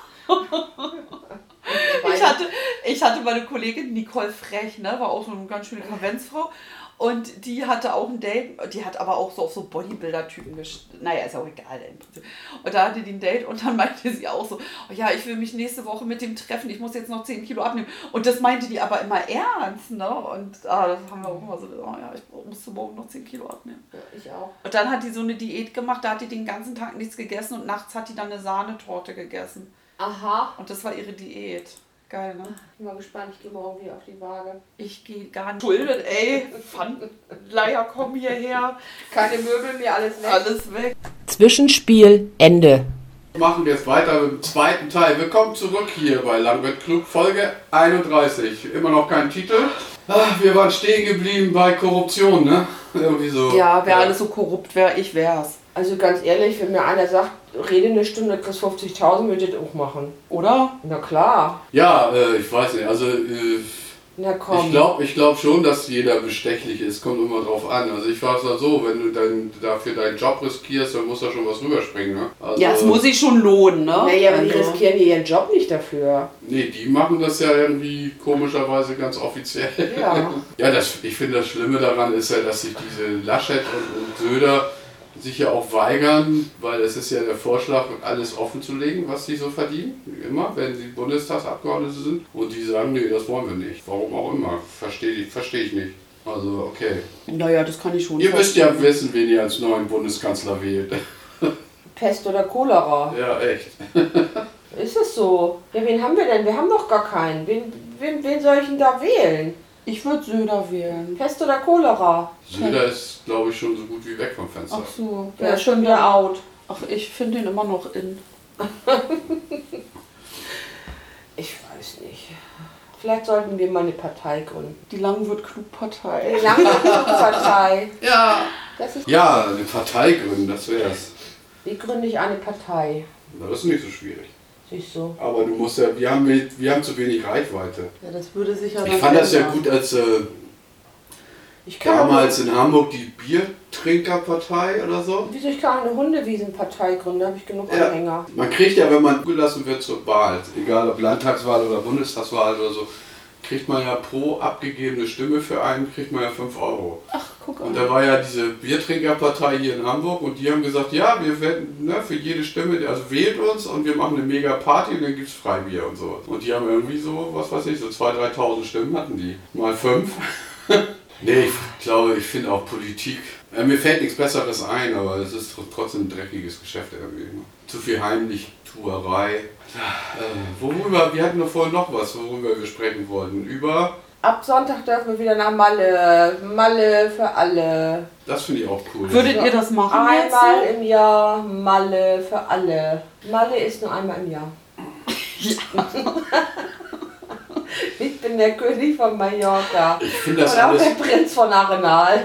dem? ich, hatte, ich hatte meine Kollegin Nicole Frech, ne, war auch so eine ganz schöne Konventsfrau. Und die hatte auch ein Date, die hat aber auch so auf so Bodybuilder-Typen gestanden. Naja, ist ja auch egal. Im Prinzip. Und da hatte die ein Date und dann meinte sie auch so, oh ja, ich will mich nächste Woche mit dem treffen, ich muss jetzt noch zehn Kilo abnehmen. Und das meinte die aber immer ernst, ne? Und ah, das haben wir auch immer so, oh ja, ich muss morgen noch zehn Kilo abnehmen. Ja, ich auch. Und dann hat die so eine Diät gemacht, da hat die den ganzen Tag nichts gegessen und nachts hat die dann eine Sahnetorte gegessen. Aha. Und das war ihre Diät. Geil, ne? Ich bin mal gespannt, ich gehe morgen wieder auf die Waage. Ich gehe gar nicht. Schuldet, ey, Pfandleier kommen hierher. Keine Möbel mehr, alles weg. Alles weg. Zwischenspiel, Ende. Wir machen jetzt weiter mit dem zweiten Teil. Willkommen zurück hier bei Langwett Klug, Folge einunddreißig. Immer noch kein Titel. Ach, wir waren stehen geblieben bei Korruption, ne? Irgendwie so. Ja, wer ja. alles so korrupt wäre, ich wär's. Also ganz ehrlich, wenn mir einer sagt, rede eine Stunde, kriegst fünfzigtausend, würde ich das auch machen. Oder? Na klar. Ja, äh, ich weiß nicht, also äh, Na komm. ich glaube ich glaub schon, dass jeder bestechlich ist, kommt immer drauf an. Also ich war es ja so, wenn du dein, dafür deinen Job riskierst, dann muss da schon was rüberspringen, ne? Also, ja, es muss sich schon lohnen, ne? Naja, aber die also. riskieren hier ihren Job nicht dafür. Nee, die machen das ja irgendwie komischerweise ganz offiziell. Ja. Ja, das, ich finde das Schlimme daran ist ja, dass sich diese Laschet und, und Söder sich ja auch weigern, weil es ist ja der Vorschlag, alles offen zu legen, was sie so verdienen, immer, wenn sie Bundestagsabgeordnete sind. Und die sagen, nee, das wollen wir nicht. Warum auch immer. Verstehe ich, versteh ich nicht. Also, okay. Naja, das kann ich schon. Ihr müsst ja wissen, wen ihr als neuen Bundeskanzler wählt. Pest oder Cholera. Ja, echt. Ist es so? Ja, wen haben wir denn? Wir haben doch gar keinen. Wen, wen, wen soll ich denn da wählen? Ich würde Söder wählen. Pest oder Cholera? Söder ist, glaube ich, schon so gut wie weg vom Fenster. Ach so. Der ist schon wieder out. Ach, ich finde ihn immer noch in. Ich weiß nicht. Vielleicht sollten wir mal eine Partei gründen. Die Langwirt-Klug-Partei. Die Langwirt-Klug-Partei. Ja. Das ist Ja, eine Partei gründen, das wär's. Wie gründe ich eine Partei? Na, das ist nicht so schwierig. Siehst du? Aber du musst ja, wir haben, wir haben zu wenig Reichweite. Ja, das würde sicher. Ich fand das ja gut, als äh, Ich kann damals in Hamburg die Biertrinkerpartei oder so. Wieso ich kann eine Hundewiesenpartei gründen? Da habe ich genug Ja. Anhänger. Man kriegt ja, wenn man zugelassen wird zur Wahl, egal ob Landtagswahl oder Bundestagswahl oder so, kriegt man ja pro abgegebene Stimme für einen, kriegt man ja fünf Euro. Ach, guck Und mal. da war ja diese Biertrinkerpartei hier in Hamburg und die haben gesagt, ja, wir werden ne, für jede Stimme, also wählt uns und wir machen eine mega Party und dann gibt es Freibier und so. Und die haben irgendwie so, was weiß ich, so zweitausend, dreitausend Stimmen hatten die. Mal fünf. Nee, ich glaube, ich finde auch Politik, äh, mir fällt nichts Besseres ein, aber es ist trotzdem ein dreckiges Geschäft irgendwie. Ne? Zu viel Heimlichtuerei. Äh, worüber, wir hatten doch vorhin noch was, worüber wir sprechen wollten. Über... Ab Sonntag dürfen wir wieder nach Malle. Malle für alle. Das finde ich auch cool. Würdet ihr das machen Einmal jetzt? im Jahr Malle für alle. Malle ist nur einmal im Jahr. Ja. Ich bin der König von Mallorca. Ich finde das Oder auch alles... der Prinz von Arenal.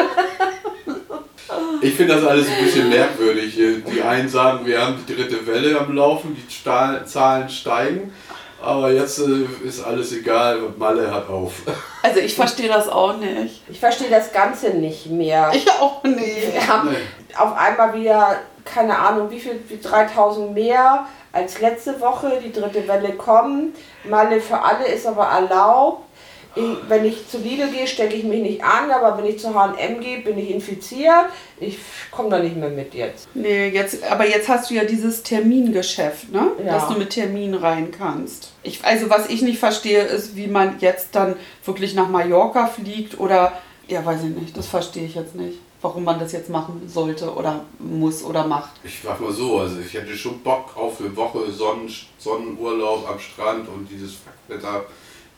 Ich finde das alles ein bisschen merkwürdig. Die einen sagen, wir haben die dritte Welle am Laufen, die Stahl- Zahlen steigen, aber jetzt äh, ist alles egal, Malle hat auf. Also ich verstehe das auch nicht. Ich verstehe das Ganze nicht mehr. Ich auch nicht. Wir haben Nee. auf einmal wieder, keine Ahnung, wie viel, wie dreitausend mehr als letzte Woche. Die dritte Welle kommt. Malle für alle ist aber erlaubt. Ich, wenn ich zu Lidl gehe, stecke ich mich nicht an, aber wenn ich zu H und M gehe, bin ich infiziert. Ich komme da nicht mehr mit jetzt. Nee, jetzt, aber jetzt hast du ja dieses Termingeschäft, ne? Ja. Dass du mit Termin rein kannst. Ich, also was ich nicht verstehe, ist, wie man jetzt dann wirklich nach Mallorca fliegt oder, ja, weiß ich nicht, das verstehe ich jetzt nicht. Warum man das jetzt machen sollte oder muss oder macht. Ich sag mal so, also ich hätte schon Bock auf eine Woche Sonnen Sonnenurlaub am Strand und dieses Wetter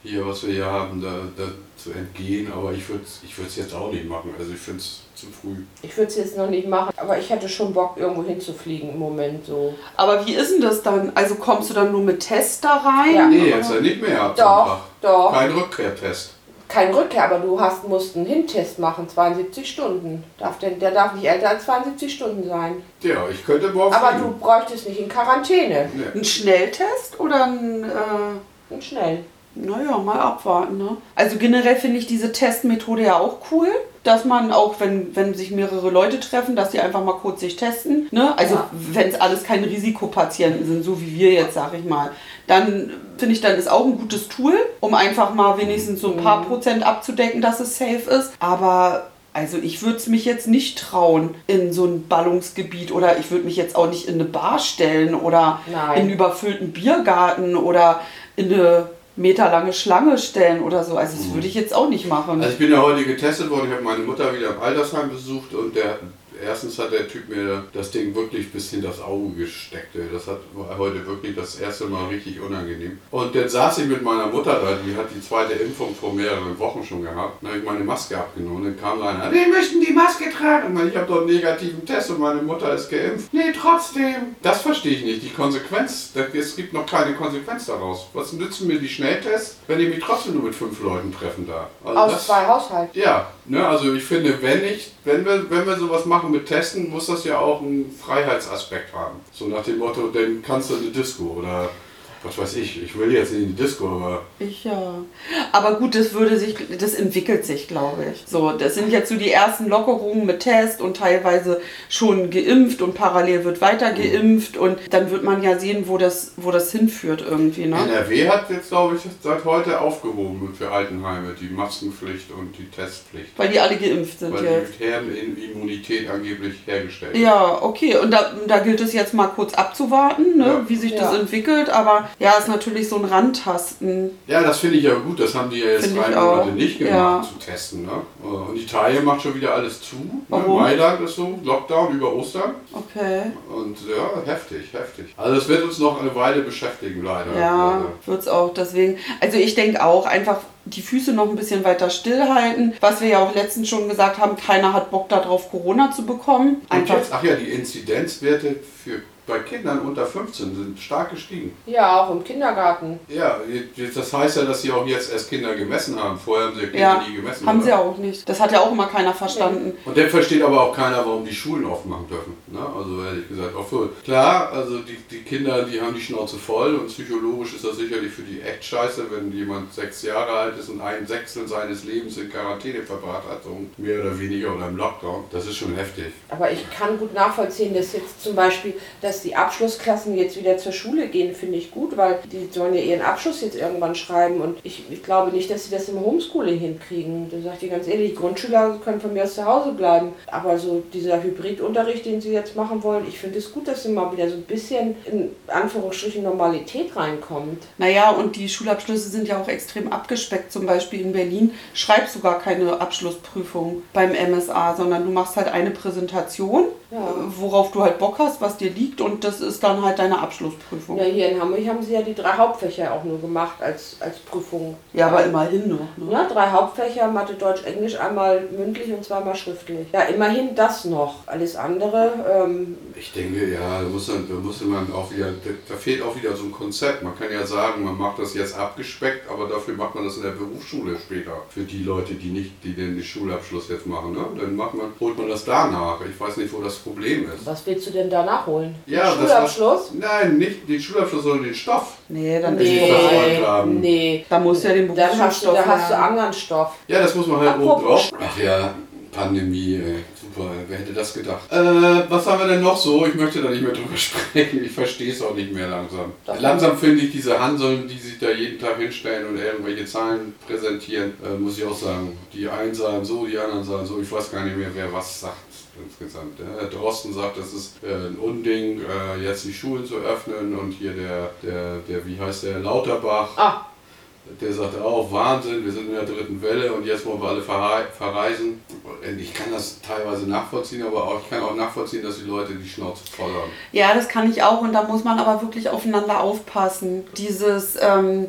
hier, was wir hier haben, da, da zu entgehen, aber ich würde es ich würd's jetzt auch nicht machen. Also ich finde es zu früh. Ich würde es jetzt noch nicht machen, aber ich hätte schon Bock, irgendwo hinzufliegen im Moment so. Aber wie ist denn das dann? Also kommst du dann nur mit Test da rein? Ja. Nee, jetzt ja nicht mehr ab Doch, Sonntag. doch. Kein Rückkehrtest. Kein Rückkehr, aber du hast, musst einen Hintest machen, zweiundsiebzig Stunden. Darf der, der darf nicht älter als zweiundsiebzig Stunden sein. Ja, ich könnte morgen Aber fliegen. du bräuchtest nicht in Quarantäne. Nee. Ein Schnelltest oder ein... Äh Und schnell. Naja, mal abwarten, ne? Also generell finde ich diese Testmethode ja auch cool, dass man auch, wenn, wenn sich mehrere Leute treffen, dass die einfach mal kurz sich testen, ne? Also Ja. wenn es alles keine Risikopatienten sind, so wie wir jetzt, sag ich mal, dann finde ich, dann ist auch ein gutes Tool, um einfach mal wenigstens so ein paar Prozent abzudecken, dass es safe ist. Aber also ich würde es mich jetzt nicht trauen in so ein Ballungsgebiet oder ich würde mich jetzt auch nicht in eine Bar stellen oder Nein. in einen überfüllten Biergarten oder in eine meterlange Schlange stellen oder so. Also das würde ich jetzt auch nicht machen. Also ich bin ja heute getestet worden, ich habe meine Mutter wieder im Altersheim besucht und der erstens hat der Typ mir das Ding wirklich bis in das Auge gesteckt. Das hat, war heute wirklich das erste Mal richtig unangenehm. Und dann saß ich mit meiner Mutter da, die hat die zweite Impfung vor mehreren Wochen schon gehabt. Dann habe ich meine Maske abgenommen. Dann kam einer, die möchten die Maske tragen. Ich habe doch einen negativen Test und meine Mutter ist geimpft. Nee, trotzdem. Das verstehe ich nicht. Die Konsequenz, es gibt noch keine Konsequenz daraus. Was nützen mir die Schnelltests, wenn ich mich trotzdem nur mit fünf Leuten treffen darf? Also Aus das, zwei Haushalten. ja, ne, also ich finde, wenn ich, wenn wir, wenn wir sowas machen mit Testen, muss das ja auch einen Freiheitsaspekt haben. So nach dem Motto, dann kannst du in die Disco oder was weiß ich, ich will jetzt nicht in die Disco, aber... Ich ja. Aber gut, das würde sich, das entwickelt sich, glaube ich. So, das sind jetzt so die ersten Lockerungen mit Test und teilweise schon geimpft und parallel wird weiter geimpft und dann wird man ja sehen, wo das, wo das hinführt irgendwie, ne? N R W hat jetzt, glaube ich, seit heute aufgehoben für Altenheime die Maskenpflicht und die Testpflicht. Weil die alle geimpft sind Weil jetzt. die Herdenimmunität angeblich hergestellt ist. Ja, okay. Und da, da gilt es jetzt mal kurz abzuwarten, ne, Ja. wie sich Ja. das entwickelt. Aber ja, ist natürlich so ein Randtasten. Ja, das finde ich ja gut. Das haben die ja jetzt Finde drei ich Monate auch. nicht gemacht, Ja. zu testen. Ne? Und Italien macht schon wieder alles zu. Ne? Warum? Mailand ist so, Lockdown über Ostern. Okay. Und ja, heftig, heftig. Also es wird uns noch eine Weile beschäftigen, leider. Ja, leider. wird's auch. Deswegen, also ich denke auch, einfach die Füße noch ein bisschen weiter stillhalten. Was wir ja auch letztens schon gesagt haben, keiner hat Bock darauf, Corona zu bekommen. Und Einfach. jetzt, ach ja, die Inzidenzwerte für, bei Kindern unter fünfzehn sind stark gestiegen. Ja, auch im Kindergarten. Ja, jetzt- das heißt ja, dass sie auch jetzt erst Kinder gemessen haben. Vorher haben sie Kinder Ja, nie gemessen. haben oder? sie auch nicht. Das hat ja auch immer keiner verstanden. Und dann versteht aber auch keiner, warum die Schulen aufmachen dürfen. Ne? Also ehrlich gesagt, auch für, klar, also die, die Kinder, die haben die Schnauze voll und psychologisch ist das sicherlich für die echt scheiße, wenn jemand sechs Jahre alt ist und ein Sechstel seines Lebens in Quarantäne verbracht hat, so mehr oder weniger oder im Lockdown. Das ist schon heftig. Aber ich kann gut nachvollziehen, dass jetzt zum Beispiel, dass die Abschlussklassen jetzt wieder zur Schule gehen, finde ich gut, weil die sollen ja ihren Abschluss jetzt irgendwann schreiben und ich, ich glaube nicht, dass sie das im Homeschooling hinkriegen. Da sage ich dir ganz ehrlich, die Grundschüler können von mir aus zu Hause bleiben. Aber so dieser Hybridunterricht, den sie jetzt machen wollen, ich finde es gut, dass sie mal wieder so ein bisschen in Anführungsstrichen Normalität reinkommt. Naja, und die Schulabschlüsse sind ja auch extrem abgespeckt. Zum Beispiel in Berlin schreibst du gar keine Abschlussprüfung beim M S A, sondern du machst halt eine Präsentation, Ja. äh, worauf du halt Bock hast, was dir liegt und das ist dann halt deine Abschlussprüfung. Ja, hier in Hamburg haben sie ja die drei Hauptfächer auch nur gemacht als, als Prüfung. Ja, aber immerhin noch. Ne? Ja, drei Hauptfächer, Mathe, Deutsch, Englisch, einmal mündlich und zweimal schriftlich. Ja, immerhin das noch. Alles andere, ähm, Ich denke, ja, da muss, man, da muss man auch wieder, da fehlt auch wieder so ein Konzept. Man kann ja sagen, man macht das jetzt abgespeckt, aber dafür macht man das in der Berufsschule später. Für die Leute, die nicht, die den Schulabschluss jetzt machen, ne? Dann macht man, holt man das danach. Ich weiß nicht, wo das Problem ist. was willst du denn da nachholen? Ja, Den das Schulabschluss? Nein, nicht den Schulabschluss, sondern den Stoff. Nee, dann Nee. ist das es verfolgt haben. nee. Da musst du ja den Dann hast du, Berufsschulstoff da hast du lernen. anderen Stoff. Ja, das muss man halt oben Apropos drauf. Ach ja, Pandemie, ey. Super, wer hätte das gedacht? Äh, was haben wir denn noch so? Ich möchte da nicht mehr drüber sprechen. Ich verstehe es auch nicht mehr langsam. Doch. Langsam finde ich diese Hanseln, die sich da jeden Tag hinstellen und irgendwelche Zahlen präsentieren, äh, muss ich auch sagen. Die einen sagen so, die anderen sagen so. Ich weiß gar nicht mehr, wer was sagt. Insgesamt. Herr Drosten sagt, das ist äh, ein Unding, äh, jetzt die Schulen zu öffnen und hier der, der, der wie heißt der, Lauterbach, Ah, der sagt auch, Wahnsinn, wir sind in der dritten Welle und jetzt wollen wir alle verrei- verreisen. Und ich kann das teilweise nachvollziehen, aber auch, ich kann auch nachvollziehen, dass die Leute die Schnauze voll haben. Ja, das kann ich auch und da muss man aber wirklich aufeinander aufpassen. Dieses, ähm,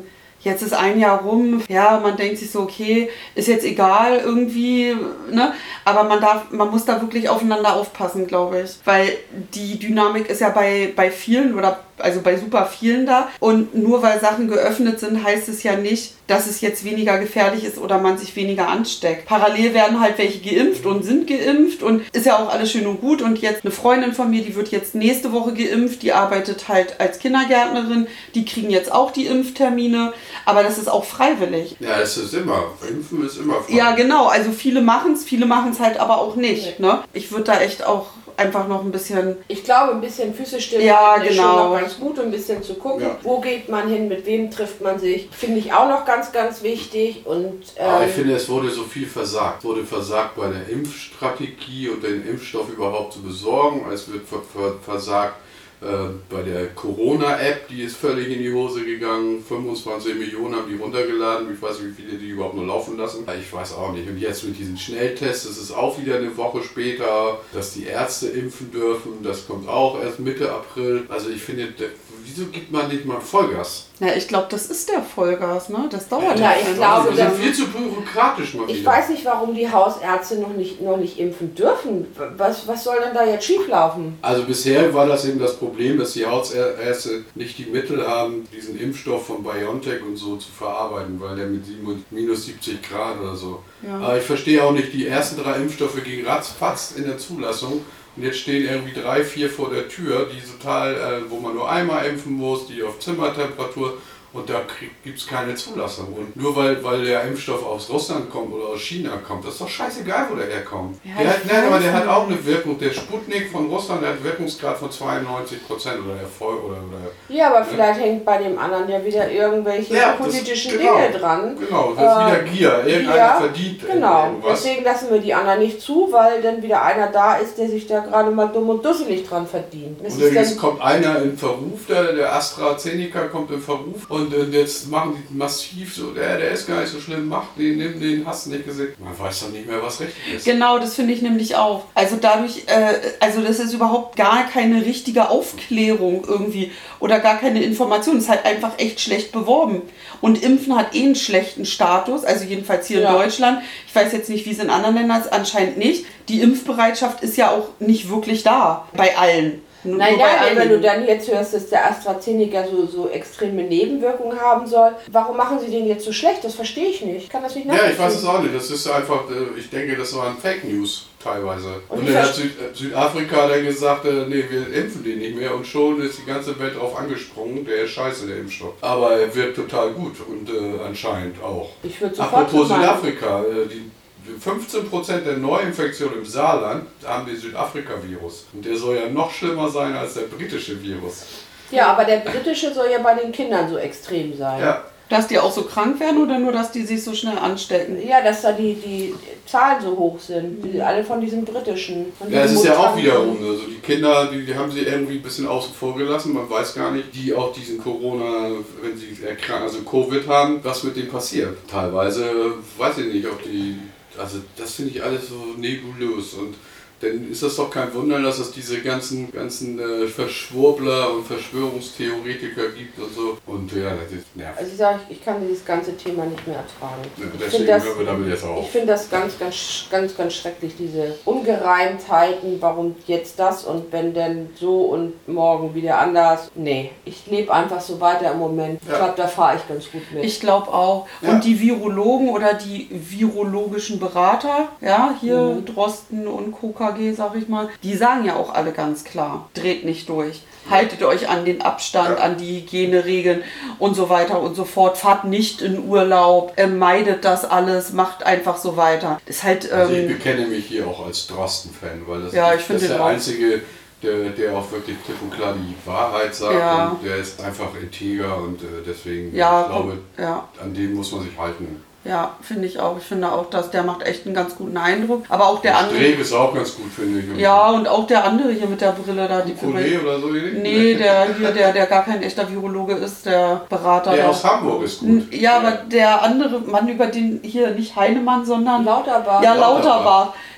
Jetzt ist ein Jahr rum, ja, man denkt sich so, okay, ist jetzt egal irgendwie, ne? Aber man darf, man muss da wirklich aufeinander aufpassen, glaube ich. Weil die Dynamik ist ja bei, bei vielen oder also bei super vielen da. Und nur weil Sachen geöffnet sind, heißt es ja nicht, dass es jetzt weniger gefährlich ist oder man sich weniger ansteckt. Parallel werden halt welche geimpft und sind geimpft und ist ja auch alles schön und gut. Und jetzt eine Freundin von mir, die wird jetzt nächste Woche geimpft, die arbeitet halt als Kindergärtnerin, die kriegen jetzt auch die Impftermine, aber das ist auch freiwillig. Ja, es ist immer, Impfen ist immer freiwillig. Ja, genau, also viele machen es, viele machen es halt aber auch nicht. Ne? Ich würde da echt auch einfach noch ein bisschen... Ich glaube, ein bisschen Füße stillhalten ja, ist genau. schon noch ganz gut, um ein bisschen zu gucken, ja. wo geht man hin, mit wem trifft man sich. Finde ich auch noch ganz, ganz wichtig. Und, ähm, Aber ich finde, es wurde so viel versagt. Es wurde versagt bei der Impfstrategie und den Impfstoff überhaupt zu besorgen. Es wird versagt bei der Corona-App, die ist völlig in die Hose gegangen. fünfundzwanzig Millionen haben die runtergeladen. Ich weiß nicht, wie viele die überhaupt nur laufen lassen. Ich weiß auch nicht. Und jetzt mit diesen Schnelltests, das ist auch wieder eine Woche später, dass die Ärzte impfen dürfen. Das kommt auch erst Mitte April. Also ich finde, wieso gibt man nicht mal Vollgas? Ja, ich glaube, das ist der Vollgas, ne? Das dauert ja, ich glaube, wir sind viel zu bürokratisch mal wieder. Ich weiß nicht, warum die Hausärzte noch nicht, noch nicht impfen dürfen. Was, was soll denn da jetzt schieflaufen? Also bisher war das eben das Problem, dass die Hausärzte nicht die Mittel haben, diesen Impfstoff von BioNTech und so zu verarbeiten, weil der mit minus siebzig Grad oder so. Ja. Aber ich verstehe auch nicht, die ersten drei Impfstoffe gingen ratzfatz in der Zulassung. Und jetzt stehen irgendwie drei, vier vor der Tür, die total, äh, wo man nur einmal impfen muss, die auf Zimmertemperatur, und da gibt es keine Zulassung. Und nur weil, weil der Impfstoff aus Russland kommt oder aus China kommt, das ist doch scheißegal, wo der herkommt. Ja, der hat, nein, aber der hat auch eine Wirkung. Der Sputnik von Russland, der hat einen Wirkungsgrad von zweiundneunzig Prozent oder Erfolg oder, oder. Ja, aber vielleicht ja. hängt bei dem anderen ja wieder irgendwelche ja, politischen genau, Dinge dran. Genau, das ist äh, wieder Gier. Irgendeiner ja, verdient genau. irgendwas. Deswegen lassen wir die anderen nicht zu, weil dann wieder einer da ist, der sich da gerade mal dumm und dusselig dran verdient. Das und dann jetzt kommt einer in Verruf, der, der AstraZeneca kommt in Verruf und äh, jetzt machen die massiv so, der, der ist gar nicht so schlimm, mach den, nimm den, hast du nicht gesehen. Man weiß doch nicht mehr, was richtig ist. Genau, das finde ich nämlich auch. Also dadurch, äh, also das ist überhaupt gar keine richtige Aufklärung irgendwie oder gar keine Information. Es ist halt einfach echt schlecht beworben. Und Impfen hat eh einen schlechten Status, also jedenfalls hier ja. in Deutschland. Ich weiß jetzt nicht, wie es in anderen Ländern ist, anscheinend nicht. Die Impfbereitschaft ist ja auch nicht wirklich da, bei allen. Nur, naja, nur wenn du dann jetzt hörst, dass der AstraZeneca so, so extreme Nebenwirkungen haben soll, warum machen sie den jetzt so schlecht? Das verstehe ich nicht. Ich kann das nicht nachvollziehen. Ja, ich weiß es auch nicht. Das ist einfach, ich denke, das waren Fake News teilweise. Und, und dann hat Süd, Südafrika dann gesagt, nee, wir impfen den nicht mehr und schon ist die ganze Welt drauf angesprungen, der ist scheiße, der Impfstoff. Aber er wirkt total gut und äh, anscheinend auch. Ich würde sofort Apropos Südafrika, äh, die fünfzehn Prozent der Neuinfektionen im Saarland haben den Südafrika-Virus. Und der soll ja noch schlimmer sein als der britische Virus. Ja, aber der britische soll ja bei den Kindern so extrem sein. Ja. Dass die auch so krank werden oder nur, dass die sich so schnell anstecken? Ja, dass da die, die Zahlen so hoch sind. Die, alle von diesen britischen. Von ja, diesen es ist ja auch wiederum. Also die Kinder, die, die haben sie irgendwie ein bisschen außen vor gelassen. Man weiß gar nicht, die auch diesen Corona, wenn sie erkranken, also Covid haben, was mit denen passiert. Teilweise weiß ich nicht, ob die... Also das finde ich alles so nebulös und dann ist das doch kein Wunder, dass es diese ganzen, ganzen äh, Verschwurbler und Verschwörungstheoretiker gibt und so. Und ja, das ist nervig. Also ich sage, ich kann dieses ganze Thema nicht mehr ertragen. Ja, deswegen das, hören wir damit jetzt auch. Ich finde das ganz, ganz, ganz, ganz schrecklich, diese Ungereimtheiten, warum jetzt das und wenn denn so und morgen wieder anders. Nee, ich lebe einfach so weiter im Moment. Ja. Ich glaube, da fahre ich ganz gut mit. Ich glaube auch. Ja. Und die Virologen oder die virologischen Berater, ja, hier mhm. Drosten und Coca sag ich mal, die sagen ja auch alle ganz klar, dreht nicht durch, haltet euch an den Abstand, ja. an die Hygieneregeln und so weiter und so fort, fahrt nicht in Urlaub, äh, meidet das alles, macht einfach so weiter. Das ist halt, ähm, also ich bekenne mich hier auch als Drosten-Fan, weil das, ja, ich das ist der auch. einzige, der, der auch wirklich klipp und klar die Wahrheit sagt ja. und der ist einfach integer und äh, deswegen, ja, ich glaube, ja. an den muss man sich halten. Ja, finde ich auch. Ich finde auch, dass der macht echt einen ganz guten Eindruck. Aber auch der andere. Dreh ist auch ganz gut, finde ich. Ja, und auch der andere hier mit der Brille da. Die Brille oder so? Nee, der hier, der, der gar kein echter Virologe ist, der Berater. Der da. aus Hamburg ist gut. Ja, aber der andere Mann, über den hier nicht Heinemann, sondern Lauterbach. Ja, Lauterbach.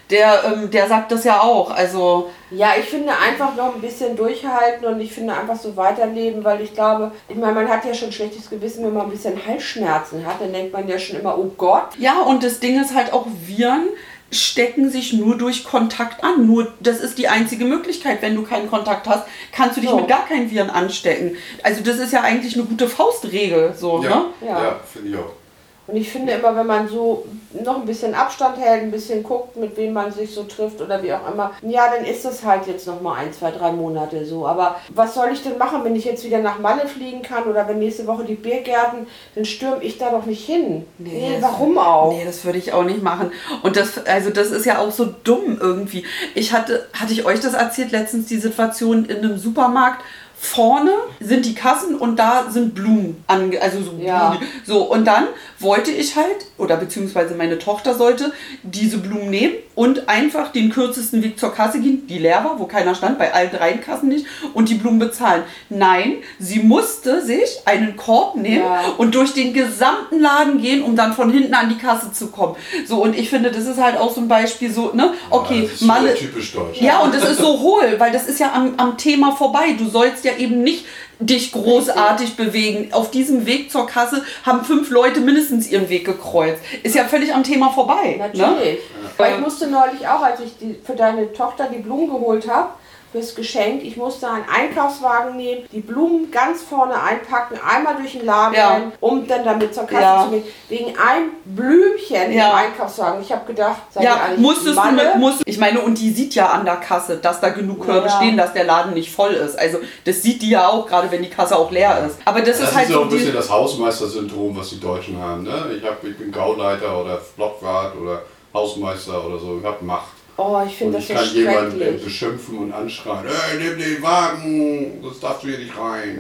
der, ähm, der sagt das ja auch. Also Ja, ich finde einfach noch ein bisschen durchhalten und ich finde einfach so weiterleben, weil ich glaube, ich meine, man hat ja schon schlechtes Gewissen, wenn man ein bisschen Halsschmerzen hat, dann denkt man ja schon immer, oh Gott. ja, und das Ding ist halt auch, Viren stecken sich nur durch Kontakt an. Nur das ist die einzige Möglichkeit. Wenn du keinen Kontakt hast, kannst du dich So. mit gar keinen Viren anstecken. Also das ist ja eigentlich eine gute Faustregel. So, Ja, ne? Ja. ja, finde ich auch. Und ich finde immer, wenn man so noch ein bisschen Abstand hält, ein bisschen guckt, mit wem man sich so trifft oder wie auch immer, ja, dann ist es halt jetzt noch mal ein, zwei, drei Monate so. Aber was soll ich denn machen, wenn ich jetzt wieder nach Malle fliegen kann oder wenn nächste Woche die Biergärten, dann stürme ich da doch nicht hin. Nee, das- warum auch? Nee, das würde ich auch nicht machen. Und das, also das ist ja auch so dumm irgendwie. Ich hatte, hatte ich euch das erzählt letztens, die Situation in einem Supermarkt. Vorne sind die Kassen und da sind Blumen, ange also so Ja. Blumen. So, und dann wollte ich halt, oder beziehungsweise meine Tochter sollte diese Blumen nehmen und einfach den kürzesten Weg zur Kasse gehen, die leer war, wo keiner stand, bei allen drei Kassen nicht, und die Blumen bezahlen. Nein, sie musste sich einen Korb nehmen Ja. und durch den gesamten Laden gehen, um dann von hinten an die Kasse zu kommen. So, und ich finde, das ist halt auch so ein Beispiel, so, ne, okay, Ja, das ist Malle... wieder typisch deutsch. Ja, und es ist so hohl, weil das ist ja am, am Thema vorbei. Du sollst ja eben nicht dich großartig bewegen. Auf diesem Weg zur Kasse haben fünf Leute mindestens ihren Weg gekreuzt. Ist ja völlig am Thema vorbei. Ne? Natürlich. Weil ich musste neulich auch, als ich die, für deine Tochter die Blumen geholt habe, fürs Geschenk, ich musste einen Einkaufswagen nehmen, die Blumen ganz vorne einpacken, einmal durch den Laden Ja. rennen, um dann damit zur Kasse Ja. zu gehen. Wegen einem Blümchen Ja. im Einkaufswagen. Ich habe gedacht, seid ihr Ja, eigentlich musstest du Malle? mit, musst, ich meine, und die sieht ja an der Kasse, dass da genug Körbe Ja. stehen, dass der Laden nicht voll ist. Also das sieht die ja auch, gerade wenn die Kasse auch leer ist. Aber das, Das ist halt ist auch so ein bisschen die, das Hausmeister-Syndrom, was die Deutschen haben. Ne? Ich, hab, ich bin Gauleiter oder Blockwart oder Hausmeister oder so. Ich habe Macht. Oh, ich finde Und das ich so kann jemanden schrecklich. beschimpfen und anschreien. Hey, nimm den Wagen, das darfst du hier nicht rein.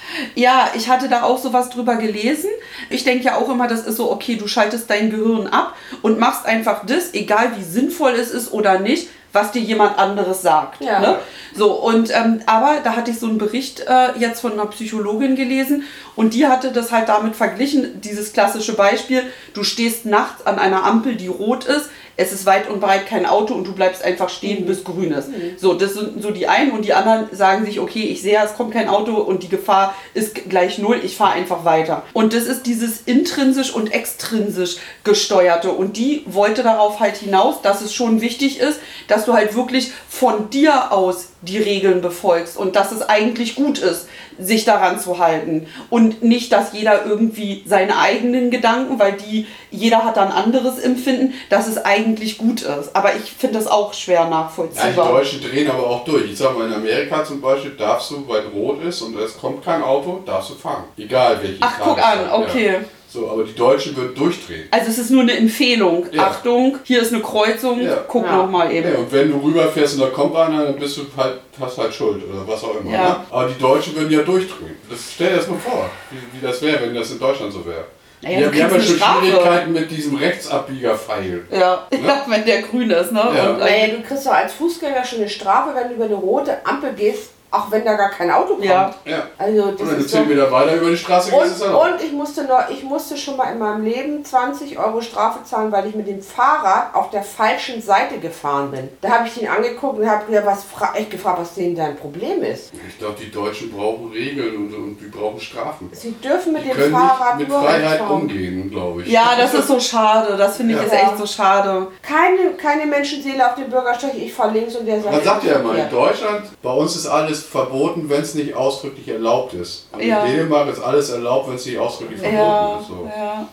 Ja, ich hatte da auch sowas drüber gelesen. Ich denke ja auch immer, das ist so, okay, du schaltest dein Gehirn ab und machst einfach das, egal wie sinnvoll es ist oder nicht, was dir jemand anderes sagt. Ja. Ne? So, und ähm, aber da hatte ich so einen Bericht äh, jetzt von einer Psychologin gelesen und die hatte das halt damit verglichen, dieses klassische Beispiel, du stehst nachts an einer Ampel, die rot ist, es ist weit und breit kein Auto und du bleibst einfach stehen, bis grün ist. So, das sind so die einen und die anderen sagen sich, okay, ich sehe, es kommt kein Auto und die Gefahr ist gleich null, ich fahre einfach weiter. Und das ist dieses intrinsisch und extrinsisch gesteuerte und die wollte darauf halt hinaus, dass es schon wichtig ist, dass du halt wirklich von dir aus die Regeln befolgst und dass es eigentlich gut ist, sich daran zu halten und nicht, dass jeder irgendwie seine eigenen Gedanken, weil die, jeder hat dann anderes Empfinden, dass es eigentlich gut ist. Aber ich finde das auch schwer Ja, die nachvollziehbar. Deutschen drehen aber auch durch. Ich sag mal, in Amerika zum Beispiel darfst du, weil rot ist und es kommt kein Auto, darfst du fahren. Egal welche Ach, guck an, Tageszeit, okay. Ja. So, aber die Deutschen würden durchdrehen. Also es ist nur eine Empfehlung. Ja. Achtung, hier ist eine Kreuzung, Ja. guck Ja. nochmal eben. Ja, und wenn du rüberfährst und da kommt einer, dann bist du halt, hast halt Schuld oder was auch immer. Ja. Ne? Aber die Deutschen würden ja durchdrehen. Das, stell dir das mal vor, wie, wie das wäre, wenn das in Deutschland so wäre. Naja, wir du wir haben ja kriegst schon eine Strafe. Schwierigkeiten mit diesem Rechtsabbiegerpfeil. Ja, ja, wenn der grün ist, ne? Ja. Und, Naja, du kriegst doch als Fußgänger schon eine Strafe, wenn du über eine rote Ampel gehst, auch wenn da gar kein Auto kommt. Ja. Ja. Also Und das wenn du ist zehn doch... Meter weiter über die Straße gehst, ist es Und, auch. und ich musste noch, ich musste schon mal in meinem Leben zwanzig Euro Strafe zahlen, weil ich mit dem Fahrrad auf der falschen Seite gefahren bin. Da habe ich ihn angeguckt und habe was fra- echt gefragt, was denen dein Problem ist. Ich glaube, die Deutschen brauchen Regeln und, und die brauchen Strafen. Sie dürfen mit Die dem können Fahrrad nicht mit nur Freiheit fahren. umgehen, glaube ich. ja, das ist so schade. Das finde ich Ja. ist echt so schade. Keine, keine Menschenseele auf dem Bürgersteig, ich fahre links und der sagt... Man sagt ja immer, in verkehrt. Deutschland, bei uns ist alles verboten, wenn es nicht ausdrücklich erlaubt ist. Und Ja. in Dänemark ist alles erlaubt, wenn es nicht ausdrücklich verboten Ja, ist. So. ja.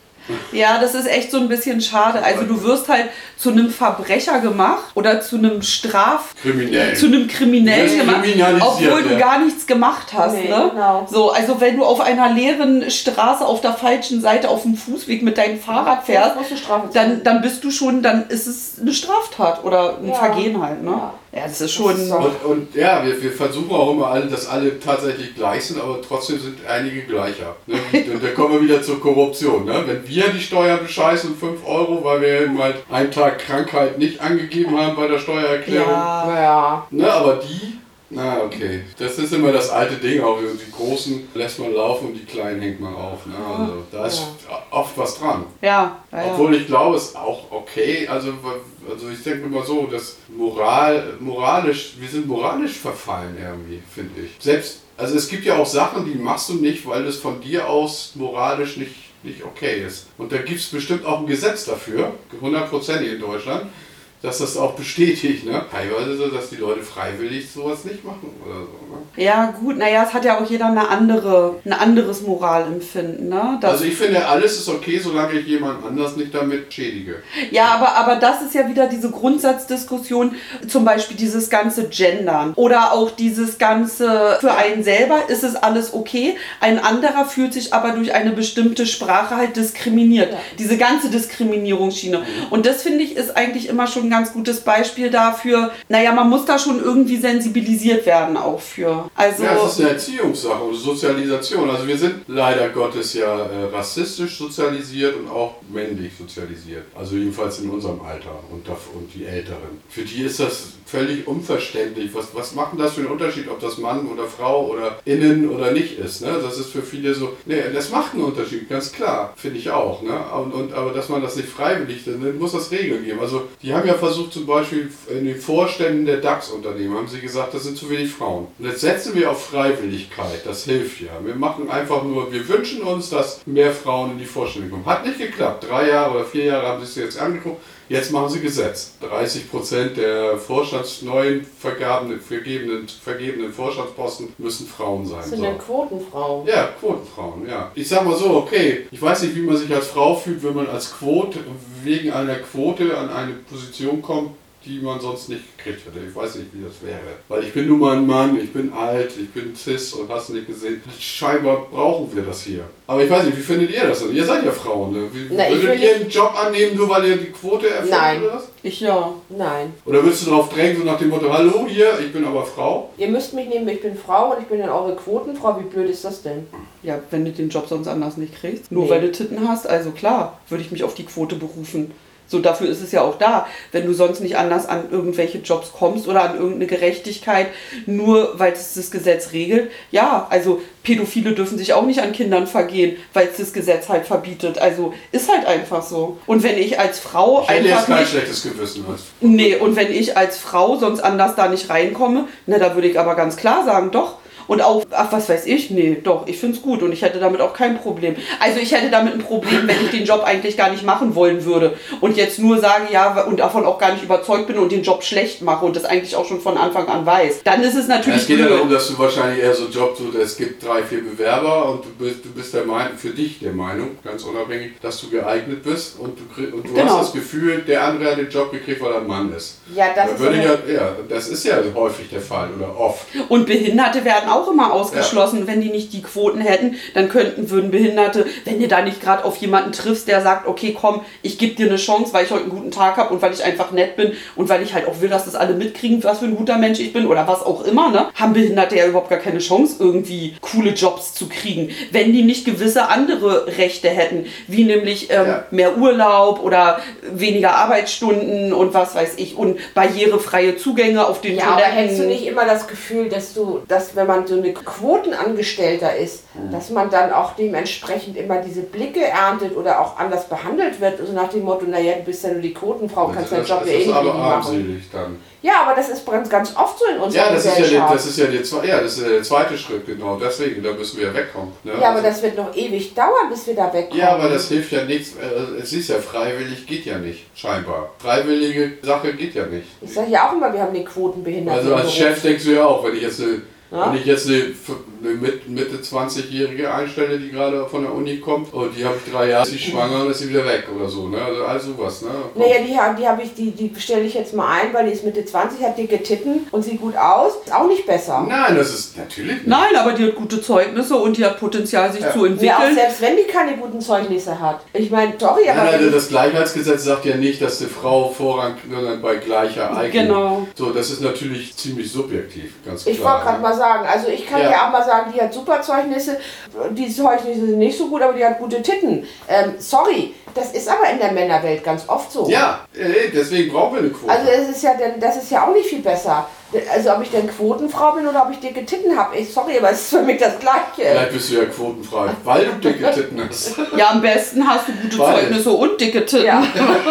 Ja, das ist echt so ein bisschen schade. Also du wirst halt zu einem Verbrecher gemacht oder zu einem Straf... Kriminell. zu einem Kriminellen Du wirst gemacht, kriminalisiert, obwohl du ja. gar nichts gemacht hast. Nee, ne? genau. So, also wenn du auf einer leeren Straße auf der falschen Seite auf dem Fußweg mit deinem Fahrrad fährst, Jetzt musst du Strafe zahlen. dann, dann bist du schon, dann ist es eine Straftat oder ein Ja. Vergehen halt. Ne? Ja. Ja, das ist schon... Das ist so. Und, und ja, wir, wir versuchen auch immer alle, dass alle tatsächlich gleich sind, aber trotzdem sind einige gleicher. Ne? Und da kommen wir wieder zur Korruption. Ne? Wenn wir die Steuer bescheißen, fünf Euro, weil wir eben halt einen Tag Krankheit nicht angegeben haben bei der Steuererklärung, ja, Ja. ne? Aber die Na, okay. Das ist immer das alte Ding, auch die Großen lässt man laufen und die Kleinen hängt man auf. Ne? Also da ist ja oft was dran. Ja. ja Obwohl ich glaube, es ist auch okay. Also, also ich denke immer so, dass Moral, moralisch, wir sind moralisch verfallen irgendwie, finde ich. Selbst, also es gibt ja auch Sachen, die machst du nicht, weil es von dir aus moralisch nicht, nicht okay ist. Und da gibt es bestimmt auch ein Gesetz dafür, hundertprozentig in Deutschland, dass das auch bestätigt, ne? Teilweise so, dass die Leute freiwillig sowas nicht machen oder so, ne? Ja gut, naja, es hat ja auch jeder eine andere, ein anderes Moralempfinden, ne? Das also ich finde, alles ist okay, solange ich jemand anders nicht damit schädige. Ja, aber, aber das ist ja wieder diese Grundsatzdiskussion, zum Beispiel dieses ganze Gendern oder auch dieses ganze, für einen selber ist es alles okay, ein anderer fühlt sich aber durch eine bestimmte Sprache halt diskriminiert. Ja. Diese ganze Diskriminierungsschiene. Mhm. Und das finde ich ist eigentlich immer schon ein ganz gutes Beispiel dafür, naja, man muss da schon irgendwie sensibilisiert werden auch für. Also ja, es ist eine Erziehungssache und Sozialisation. Also wir sind leider Gottes ja äh, rassistisch sozialisiert und auch männlich sozialisiert. Also jedenfalls in unserem Alter und, und die Älteren. Für die ist das völlig unverständlich. Was, was macht denn das für einen Unterschied, ob das Mann oder Frau oder innen oder nicht ist? Ne? Das ist für viele so, ne, das macht einen Unterschied, ganz klar, finde ich auch. Ne? Und, und, aber dass man das nicht freiwillig, dann muss das Regeln geben. Also die haben ja versucht, zum Beispiel in den Vorständen der DAX-Unternehmen, haben sie gesagt, das sind zu wenig Frauen. Und jetzt setzen wir auf Freiwilligkeit, das hilft ja. Wir machen einfach nur, wir wünschen uns, dass mehr Frauen in die Vorstände kommen. Hat nicht geklappt. Drei Jahre oder vier Jahre haben sie es jetzt angeguckt. Jetzt machen sie Gesetz. dreißig Prozent der Vorstands neuen vergabenen, vergebenen, vergebenen Vorstandsposten müssen Frauen sein. Das sind so. dann Quotenfrauen. Ja, Quotenfrauen, ja. Ich sag mal so, okay, ich weiß nicht, wie man sich als Frau fühlt, wenn man als Quote, wegen einer Quote an eine Position kommt, die man sonst nicht gekriegt hätte. Ich weiß nicht, wie das wäre. Weil ich bin nun mal ein Mann, ich bin alt, ich bin cis und hast du nicht gesehen. Scheinbar brauchen wir das hier. Aber ich weiß nicht, wie findet ihr das denn? Ihr seid ja Frauen, ne? Wie, Na, würdet ihr einen Job annehmen, nur weil ihr die Quote erfüllt? Nein. Oder was? Ich ja. Nein. Oder würdest du darauf drängen, so nach dem Motto, hallo hier, ich bin aber Frau? Ihr müsst mich nehmen, ich bin Frau und ich bin dann eure Quotenfrau. Wie blöd ist das denn? Ja, wenn du den Job sonst anders nicht kriegst. Nur Nee. weil du Titten hast, also klar, würde ich mich auf die Quote berufen. So, dafür ist es ja auch da. Wenn du sonst nicht anders an irgendwelche Jobs kommst oder an irgendeine Gerechtigkeit, nur weil es das Gesetz regelt. Ja, also Pädophile dürfen sich auch nicht an Kindern vergehen, weil es das Gesetz halt verbietet. Also ist halt einfach so. Und wenn ich als Frau Ich hätte einfach jetzt kein nicht... schlechtes Gewissen. Als Nee, und wenn ich als Frau sonst anders da nicht reinkomme, na, da würde ich aber ganz klar sagen, doch. Und auch, ach, was weiß ich, nee, doch, ich finde es gut und ich hätte damit auch kein Problem. Also ich hätte damit ein Problem, wenn ich den Job eigentlich gar nicht machen wollen würde und jetzt nur sage, ja, und davon auch gar nicht überzeugt bin und den Job schlecht mache und das eigentlich auch schon von Anfang an weiß. Dann ist es natürlich ja, es geht blöd. ja darum, dass du wahrscheinlich eher so Job, so, es gibt drei, vier Bewerber und du bist, du bist der Meinung, für dich der Meinung, ganz unabhängig, dass du geeignet bist und du, krieg, und du Genau. hast das Gefühl, der andere hat den Job gekriegt, weil er ein Mann ist. Ja, das Da ist würde ja, ja, ja, das ist ja häufig der Fall oder oft. Und Behinderte werden auch immer ausgeschlossen. Wenn die nicht die Quoten hätten, dann könnten, würden Behinderte, wenn du da nicht gerade auf jemanden triffst, der sagt, okay, komm, ich gebe dir eine Chance, weil ich heute einen guten Tag habe und weil ich einfach nett bin und weil ich halt auch will, dass das alle mitkriegen, was für ein guter Mensch ich bin oder was auch immer, ne, haben Behinderte ja überhaupt gar keine Chance, irgendwie coole Jobs zu kriegen, wenn die nicht gewisse andere Rechte hätten, wie nämlich ähm, Ja. mehr Urlaub oder weniger Arbeitsstunden und was weiß ich und barrierefreie Zugänge auf den ja, aber Toiletten. hättest du nicht immer das Gefühl, dass du, dass wenn man so eine Quotenangestellter ist, dass man dann auch dementsprechend immer diese Blicke erntet oder auch anders behandelt wird, also nach dem Motto, naja, du bist ja nur die Quotenfrau, kannst deinen das, Job das ja eh ist nicht aber richtig machen. armselig dann. Ja, aber das ist ganz, ganz oft so in unserer Ja, das ist ja, Gesellschaft. der, das, ist ja der, zwe- ja, das ist ja der zweite Schritt, genau. Deswegen, da müssen wir ja wegkommen. Ne? Ja, aber Also- das wird noch ewig dauern, bis wir da wegkommen. Ja, aber das hilft ja nichts. äh, Es ist ja freiwillig, geht ja nicht, scheinbar. Freiwillige Sache geht ja nicht. Ich sage ja auch immer, wir haben den Quotenbehinderten. Also als im Chef Beruf. denkst du ja auch, wenn ich jetzt eine, Ja? wenn ich jetzt eine, eine Mit- Mitte zwanzigjährige einstelle, die gerade von der Uni kommt, und die habe ich drei Jahre, ist sie schwanger und ist sie wieder weg oder so, ne? Also all sowas, ne? Naja, die, hab- die, hab ich, die, die stelle ich jetzt mal ein, weil die ist Mitte zwanzig, hat dicke Titten und sieht gut aus. Ist auch nicht besser. Nein, das ist natürlich nicht. Nein, aber die hat gute Zeugnisse und die hat Potenzial, sich Ja. zu Ja, auch entwickeln. selbst wenn die keine guten Zeugnisse hat. Ich meine, sorry, aber... Nein, wenn also ich- das Gleichheitsgesetz sagt ja nicht, dass die Frau Vorrang sondern bei gleicher Eignung. Genau. So, das ist natürlich ziemlich subjektiv, ganz Ich klar. wollte gerade mal sagen, also ich kann Ja. ja. auch mal sagen, die hat super Zeugnisse, die Zeugnisse sind nicht so gut, aber die hat gute Titten. Ähm, sorry, das ist aber in der Männerwelt ganz oft so. Ja, äh, deswegen brauchen wir eine Quote. Also es ist ja, dann- das ist ja auch nicht viel besser. Also ob ich denn Quotenfrau bin oder ob ich dicke Titten habe. Ich, sorry, aber es ist für mich das Gleiche. Vielleicht bist du ja quotenfrei, weil du dicke Titten hast. Ja, am besten hast du gute Weil. Zeugnisse und dicke Titten. Ja.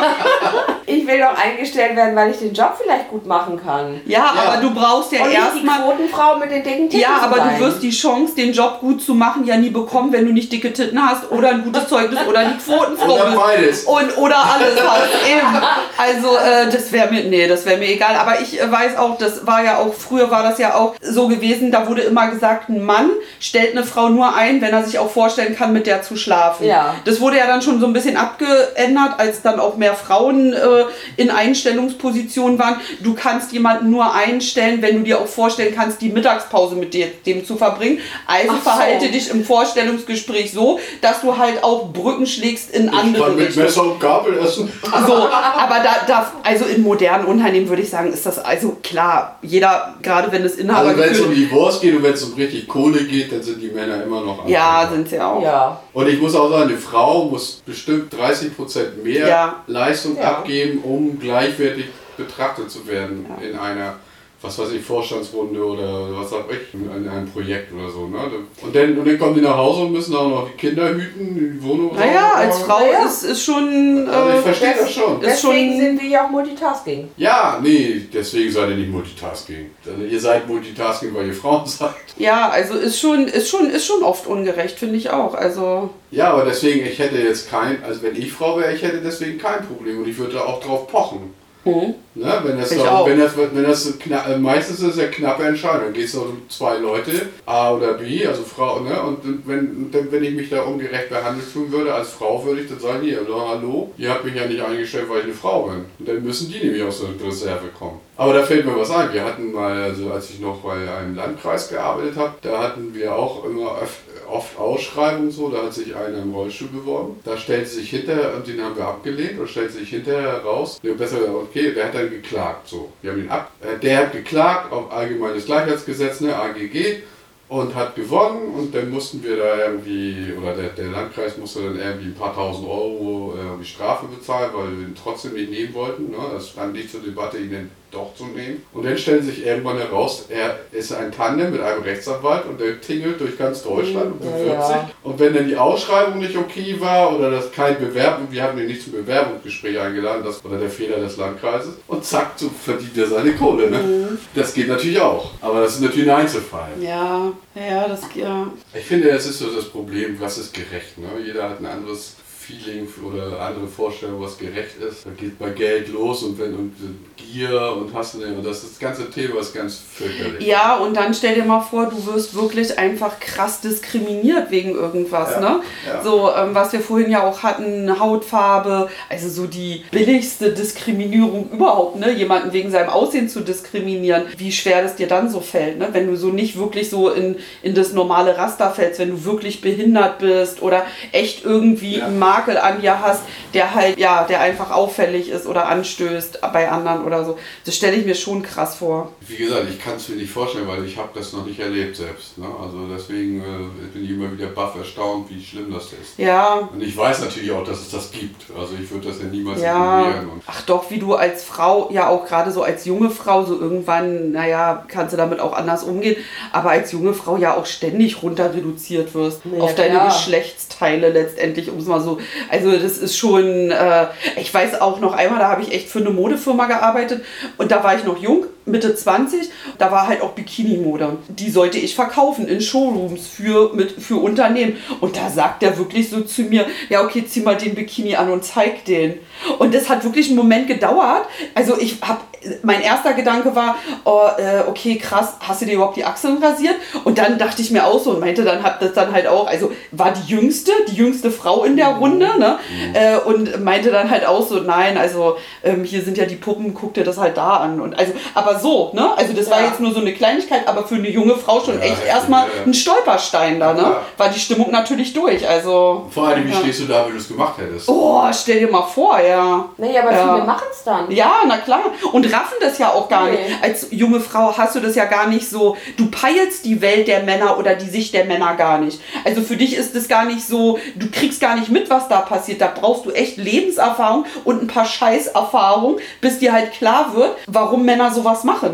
Ich will doch eingestellt werden, weil ich den Job vielleicht gut machen kann. Ja, Ja. aber du brauchst ja Und nicht die erstmal... Quotenfrau mit den dicken Titten Ja, zu aber sein. du wirst die Chance, den Job gut zu machen, ja nie bekommen, wenn du nicht dicke Titten hast oder ein gutes Zeugnis oder die Quotenfrau Oder bist. beides. Und, oder alles halt eben. Also äh, das wäre mir, nee, das wäre mir egal. Aber ich äh, weiß auch, das war ja auch, früher war das ja auch so gewesen, da wurde immer gesagt, ein Mann stellt eine Frau nur ein, wenn er sich auch vorstellen kann, mit der zu schlafen. Ja. Das wurde ja dann schon so ein bisschen abgeändert, als dann auch mehr Frauen äh, in Einstellungspositionen waren. Du kannst jemanden nur einstellen, wenn du dir auch vorstellen kannst, die Mittagspause mit dir, dem zu verbringen. Also Ach so. verhalte dich im Vorstellungsgespräch so, dass du halt auch Brücken schlägst in Ich andere kann mit Richtungen. Messer und Gabel essen. So, aber da, da, also in modernen Unternehmen würde ich sagen, ist das also klar, jeder, gerade wenn es Inhaber Also wenn es um geführt- die Wurst geht und wenn es um richtig Kohle geht, dann sind die Männer immer noch ja, anfälliger. sind sie auch. Ja. Und ich muss auch sagen, eine Frau muss bestimmt dreißig Prozent mehr Ja. Leistung Ja. abgeben, um gleichwertig betrachtet zu werden Ja. in einer, was weiß ich, Vorstandsrunde oder was sag ich, in einem Projekt oder so. Ne? Und, dann, und dann kommen die nach Hause und müssen auch noch die Kinder hüten, die Wohnung Naja, sauber als machen. Frau Ja. ist, ist schon... Also ich Äh, verstehe das schon. ist Deswegen schon- sind wir ja auch Multitasking. Ja, nee, deswegen seid ihr nicht Multitasking. Also ihr seid Multitasking, weil ihr Frauen seid. ja, also ist schon, ist schon, ist schon oft ungerecht, finde ich auch. Also... Ja, aber deswegen, ich hätte jetzt kein, also wenn ich Frau wäre, ich hätte deswegen kein Problem und ich würde da auch drauf pochen. Hm. Ne, wenn das, Ich doch, auch. wenn das, wenn das knapp, meistens ist es ja knappe Entscheidung. Dann geht es um zwei Leute, A oder B, also Frau, ne? Und wenn, dann, wenn ich mich da ungerecht behandelt fühlen würde, als Frau würde ich dann sagen, hier, also, hallo, ihr habt mich ja nicht eingestellt, weil ich eine Frau bin. Und dann müssen die nämlich aus der Reserve kommen. Aber da fällt mir was ein. Wir hatten mal, also als ich noch bei einem Landkreis gearbeitet habe, da hatten wir auch immer oft, oft Ausschreibungen so, da hat sich einer im Rollstuhl beworben. Da stellte sich hinterher, und den haben wir abgelehnt, und stellte sich hinterher raus, ne, besser, okay, der hat dann geklagt. So. Wir haben ihn ab, äh, der hat geklagt auf Allgemeines Gleichheitsgesetz, ne, A G G, und hat gewonnen, und dann mussten wir da irgendwie, oder der, der Landkreis musste dann irgendwie ein paar tausend Euro äh, die Strafe bezahlen, weil wir ihn trotzdem nicht nehmen wollten. Ne? Das stand nicht zur Debatte, ihn dann doch zu nehmen. Und dann stellt sich irgendwann heraus, er ist ein Tandem mit einem Rechtsanwalt und der tingelt durch ganz Deutschland und bewirbt sich. Ja. Und wenn dann die Ausschreibung nicht okay war oder das kein Bewerbung, wir haben ihn nicht zum Bewerbungsgespräch eingeladen, das war der Fehler des Landkreises, und zack, so verdient er seine Kohle. Ne? Mhm. Das geht natürlich auch, aber das ist natürlich ein Einzelfall. Ja, ja, das... Ja. Ich finde, das ist so das Problem, was ist gerecht. Ne? Jeder hat ein anderes Feeling oder andere Vorstellung, was gerecht ist. Da geht bei Geld los und wenn und Gier und hast du nicht. Und das, ist das ganze Thema ist ganz fürchterlich. Ja, und dann stell dir mal vor, du wirst wirklich einfach krass diskriminiert wegen irgendwas, Ja, ne? ja. So, ähm, was wir vorhin ja auch hatten, Hautfarbe, also so die billigste Diskriminierung überhaupt, ne? Jemanden wegen seinem Aussehen zu diskriminieren, wie schwer das dir dann so fällt, ne? Wenn du so nicht wirklich so in, in das normale Raster fällst, wenn du wirklich behindert bist oder echt irgendwie Ja. einen Makel an dir hast, der halt, ja, der einfach auffällig ist oder anstößt bei anderen oder so. Das stelle ich mir schon krass vor. Wie gesagt, ich kann es mir nicht vorstellen, weil ich habe das noch nicht erlebt selbst. Ne? Also deswegen äh, bin ich immer wieder baff erstaunt, wie schlimm das ist. Ja, Und ich weiß natürlich auch, dass es das gibt. Also ich würde das ja niemals ja. ignorieren. Und Ach doch, wie du als Frau, ja auch gerade so als junge Frau, so irgendwann, naja, kannst du damit auch anders umgehen, aber als junge Frau ja auch ständig runter reduziert wirst Ja, auf deine klar. Geschlechtsteile letztendlich, um es mal so, also das ist schon, äh, ich weiß auch noch einmal, da habe ich echt für eine Modefirma gearbeitet und da war ich noch jung, Mitte zwanzig, da war halt auch Bikini-Mode. Die sollte ich verkaufen in Showrooms für, mit, für Unternehmen. Und da sagt er wirklich so zu mir, ja okay, zieh mal den Bikini an und zeig den. Und das hat wirklich einen Moment gedauert. Also ich habe, mein erster Gedanke war, oh, äh, okay, krass, hast du dir überhaupt die Achseln rasiert? Und dann dachte ich mir auch so und meinte dann, hat das dann halt auch, also war die jüngste, die jüngste Frau in der Runde, ne? Äh, und meinte dann halt auch so, nein, also ähm, hier sind ja die Puppen, guck dir das halt da an. Und also, aber so, ne? Also das war Ja. jetzt nur so eine Kleinigkeit, aber für eine junge Frau schon Ja, echt heftig, erstmal ja. ein Stolperstein da, ne? Ja. War die Stimmung natürlich durch, also... vor allem, wie ja. stehst du da, wie du es gemacht hättest? Oh, stell dir mal vor, ja. Naja, aber Ja. viele machen es dann. Ja, na klar. Und raffen das ja auch gar Nee. nicht. Als junge Frau hast du das ja gar nicht so, du peilst die Welt der Männer oder die Sicht der Männer gar nicht. Also für dich ist es gar nicht so, du kriegst gar nicht mit, was da passiert. Da brauchst du echt Lebenserfahrung und ein paar Scheißerfahrungen, bis dir halt klar wird, warum Männer sowas machen, ne?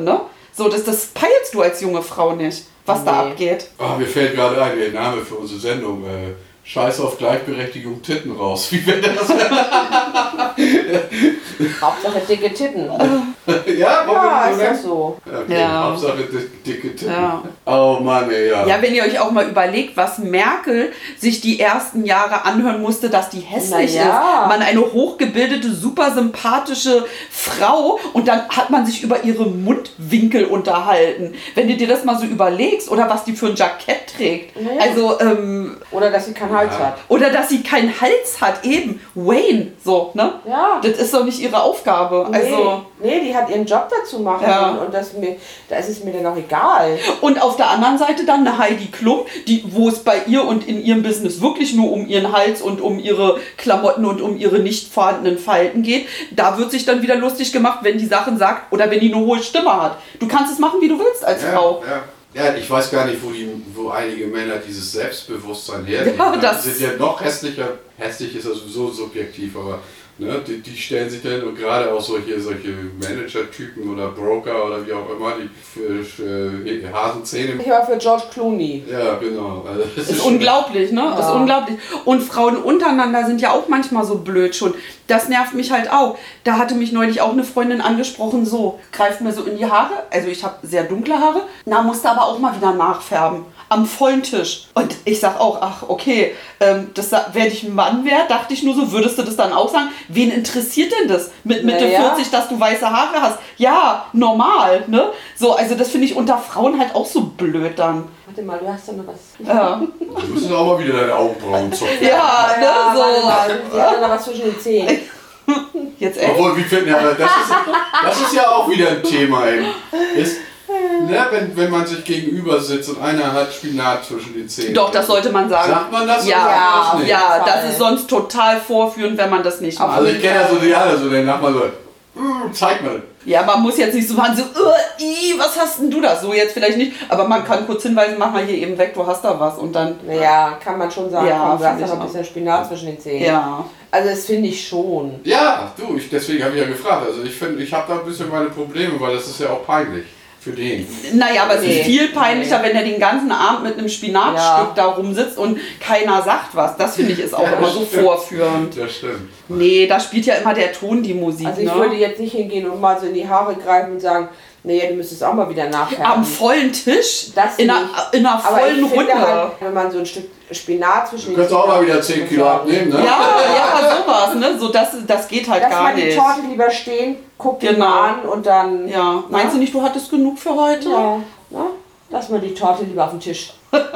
So, das, das peilst du als junge Frau nicht, was nee. da abgeht. Oh, mir fällt gerade ein, der Name für unsere Sendung. Äh, Scheiß auf Gleichberechtigung Titten raus. Wie wäre das? Hauptsache dicke Titten. Ja, ja so ist das so. Okay, ja. Hauptsache dicke Titten. Ja. Oh Mann, ey, ja. Ja, wenn ihr euch auch mal überlegt, was Merkel sich die ersten Jahre anhören musste, dass die hässlich ja. ist. Man eine hochgebildete, super sympathische Frau und dann hat man sich über ihre Mundwinkel unterhalten. Wenn du dir das mal so überlegst oder was die für ein Jackett trägt. Ja. Also, ähm, oder dass sie keinen Hals ja. hat. Oder dass sie keinen Hals hat, eben. Wayne, so, ne? Ja. Das ist doch nicht ihre Aufgabe. Nee, also, nee die hat ihren Job dazu machen ja. und, und das mir, da ist es mir dann auch egal. Und auf der anderen Seite dann eine Heidi Klum, die, wo es bei ihr und in ihrem Business wirklich nur um ihren Hals und um ihre Klamotten und um ihre nicht vorhandenen Falten geht. Da wird sich dann wieder lustig gemacht, wenn die Sachen sagt oder wenn die eine hohe Stimme hat. Du kannst es machen, wie du willst als ja, Frau. Ja. Ja, ich weiß gar nicht, wo, die, wo einige Männer dieses Selbstbewusstsein hernehmen. Ja, das die sind ja noch hässlicher. Hässlich ist ja sowieso subjektiv, aber ne, die, die stellen sich dann, und gerade auch solche, solche Manager-Typen oder Broker oder wie auch immer, die für, für Hasenzähne. Ich war für George Clooney. Ja, genau. Also, das ist, ist unglaublich, ne? Ja. Ist unglaublich. Und Frauen untereinander sind ja auch manchmal so blöd schon. Das nervt mich halt auch. Da hatte mich neulich auch eine Freundin angesprochen, so, greift mir so in die Haare. Also ich habe sehr dunkle Haare. Na, musste aber auch mal wieder nachfärben. Am vollen Tisch. Und ich sag auch, ach, okay, ähm, das werde ich ein Mann wäre, dachte ich nur so, würdest du das dann auch sagen? Wen interessiert denn das mit Mitte naja. vierzig, dass du weiße Haare hast? Ja, normal, ne? So, also das finde ich unter Frauen halt auch so blöd dann. Warte mal, du hast ja noch was. Ja. Du müssen auch mal wieder deine Augenbrauen zupfen. Ja, ne, ja, so. Warte mal, die hat noch was zwischen den Zähnen. Jetzt echt? Obwohl, wie finden, ja, das ist, das ist ja auch wieder ein Thema eben. Ist, ne, wenn, wenn man sich gegenüber sitzt und einer hat Spinat zwischen den Zähnen. Doch, das sollte man sagen. Sagt man das? Ja, oder sagt man das ja, nicht? ja, das ist sonst total vorführend, wenn man das nicht macht. Also ich kenne ja so die alle, so den Nachbar so, mm, zeig mal. Ja, man muss jetzt nicht so machen, so, uh, ii, was hast denn du da? So jetzt vielleicht nicht, aber man kann kurz hinweisen, mach mal hier eben weg, du hast da was und dann... Naja, kann man schon sagen, Ja, komm, du hast find ja ich noch ein auch. bisschen Spinat zwischen den Zähnen. Ja. Also das finde ich schon. Ja, du, ich, deswegen habe ich ja gefragt. Also ich finde, ich habe da ein bisschen meine Probleme, weil das ist ja auch peinlich für den. Naja, aber es Nee. ist viel peinlicher, Nee. wenn er den ganzen Abend mit einem Spinatstück Ja. da rumsitzt und keiner sagt was. Das finde ich ist auch Ja, immer so stimmt. vorführend. Das stimmt. Nee, da spielt ja immer der Ton die Musik. Also ich ne? würde jetzt nicht hingehen und mal so in die Haare greifen und sagen, naja, du müsstest auch mal wieder nachfärben. Am vollen Tisch, Das in einer, nicht. in einer Aber vollen ich finde Runde. halt, wenn man so ein Stück Spinat zwischen Du kannst auch mal wieder zehn Kilo sagen, abnehmen, ne? Ja, ja, sowas, ne? So, das, das geht halt Lass gar mal die nicht. Torte lieber stehen, guck die Genau. mal an und dann... Ja, meinst du nicht, du hattest genug für heute? Ja, ne? Lass mal die Torte lieber auf den Tisch.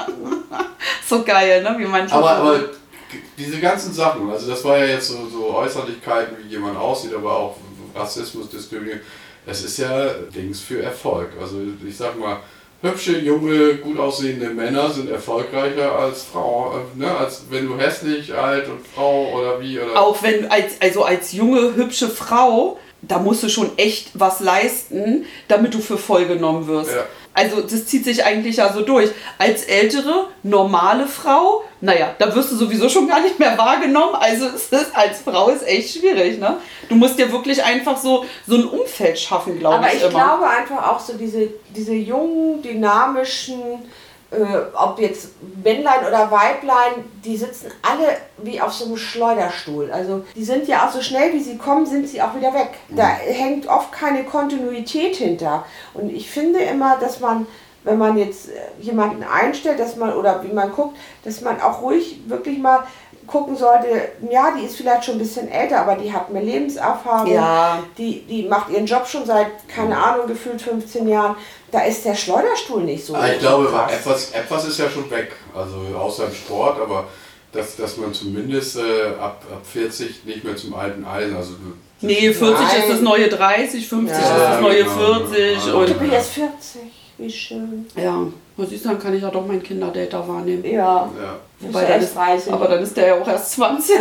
So geil, ne? Wie manche Aber, schon- aber diese ganzen Sachen, also das war ja jetzt so, so Äußerlichkeiten, wie jemand aussieht, aber auch Rassismus, Diskriminierung, das ist ja Dings für Erfolg. Also ich sag mal, hübsche, junge, gut aussehende Männer sind erfolgreicher als Frau, äh, ne? Als wenn du hässlich, alt und Frau oder wie oder. Auch wenn, als, also als junge, hübsche Frau, da musst du schon echt was leisten, damit du für voll genommen wirst. Ja. Also das zieht sich eigentlich ja so durch. Als ältere, normale Frau, naja, da wirst du sowieso schon gar nicht mehr wahrgenommen. Also es ist, als Frau ist echt schwierig, ne? Du musst dir wirklich einfach so, so ein Umfeld schaffen, glaube Aber ich, ich immer. glaube einfach auch so diese, diese jungen, dynamischen, äh, ob jetzt Männlein oder Weiblein, die sitzen alle wie auf so einem Schleuderstuhl. Also die sind ja auch so schnell, wie sie kommen, sind sie auch wieder weg. Da hängt oft keine Kontinuität hinter. Und ich finde immer, dass man, wenn man jetzt jemanden einstellt, dass man, oder wie man guckt, dass man auch ruhig wirklich mal gucken sollte, ja, die ist vielleicht schon ein bisschen älter, aber die hat mehr Lebenserfahrung, Ja. die, die macht ihren Job schon seit, keine Ahnung, gefühlt fünfzehn Jahren. Da ist der Schleuderstuhl nicht so. Ah, ich glaube, krass. etwas, etwas ist ja schon weg, also außer im Sport, aber dass, dass man zumindest äh, ab, ab vierzig nicht mehr zum alten Eisen, also du- Nee, vierzig Nein. ist das neue dreißig, fünfzig Ja, ist das neue genau. vierzig. Ja. Und Du bist jetzt vierzig, wie schön. ja, was siehst du, dann kann ich ja doch mein Kinderdate da wahrnehmen. Ja. ja. Wobei dann erst ist, dreißig. aber dann ist der ja auch erst zwanzig.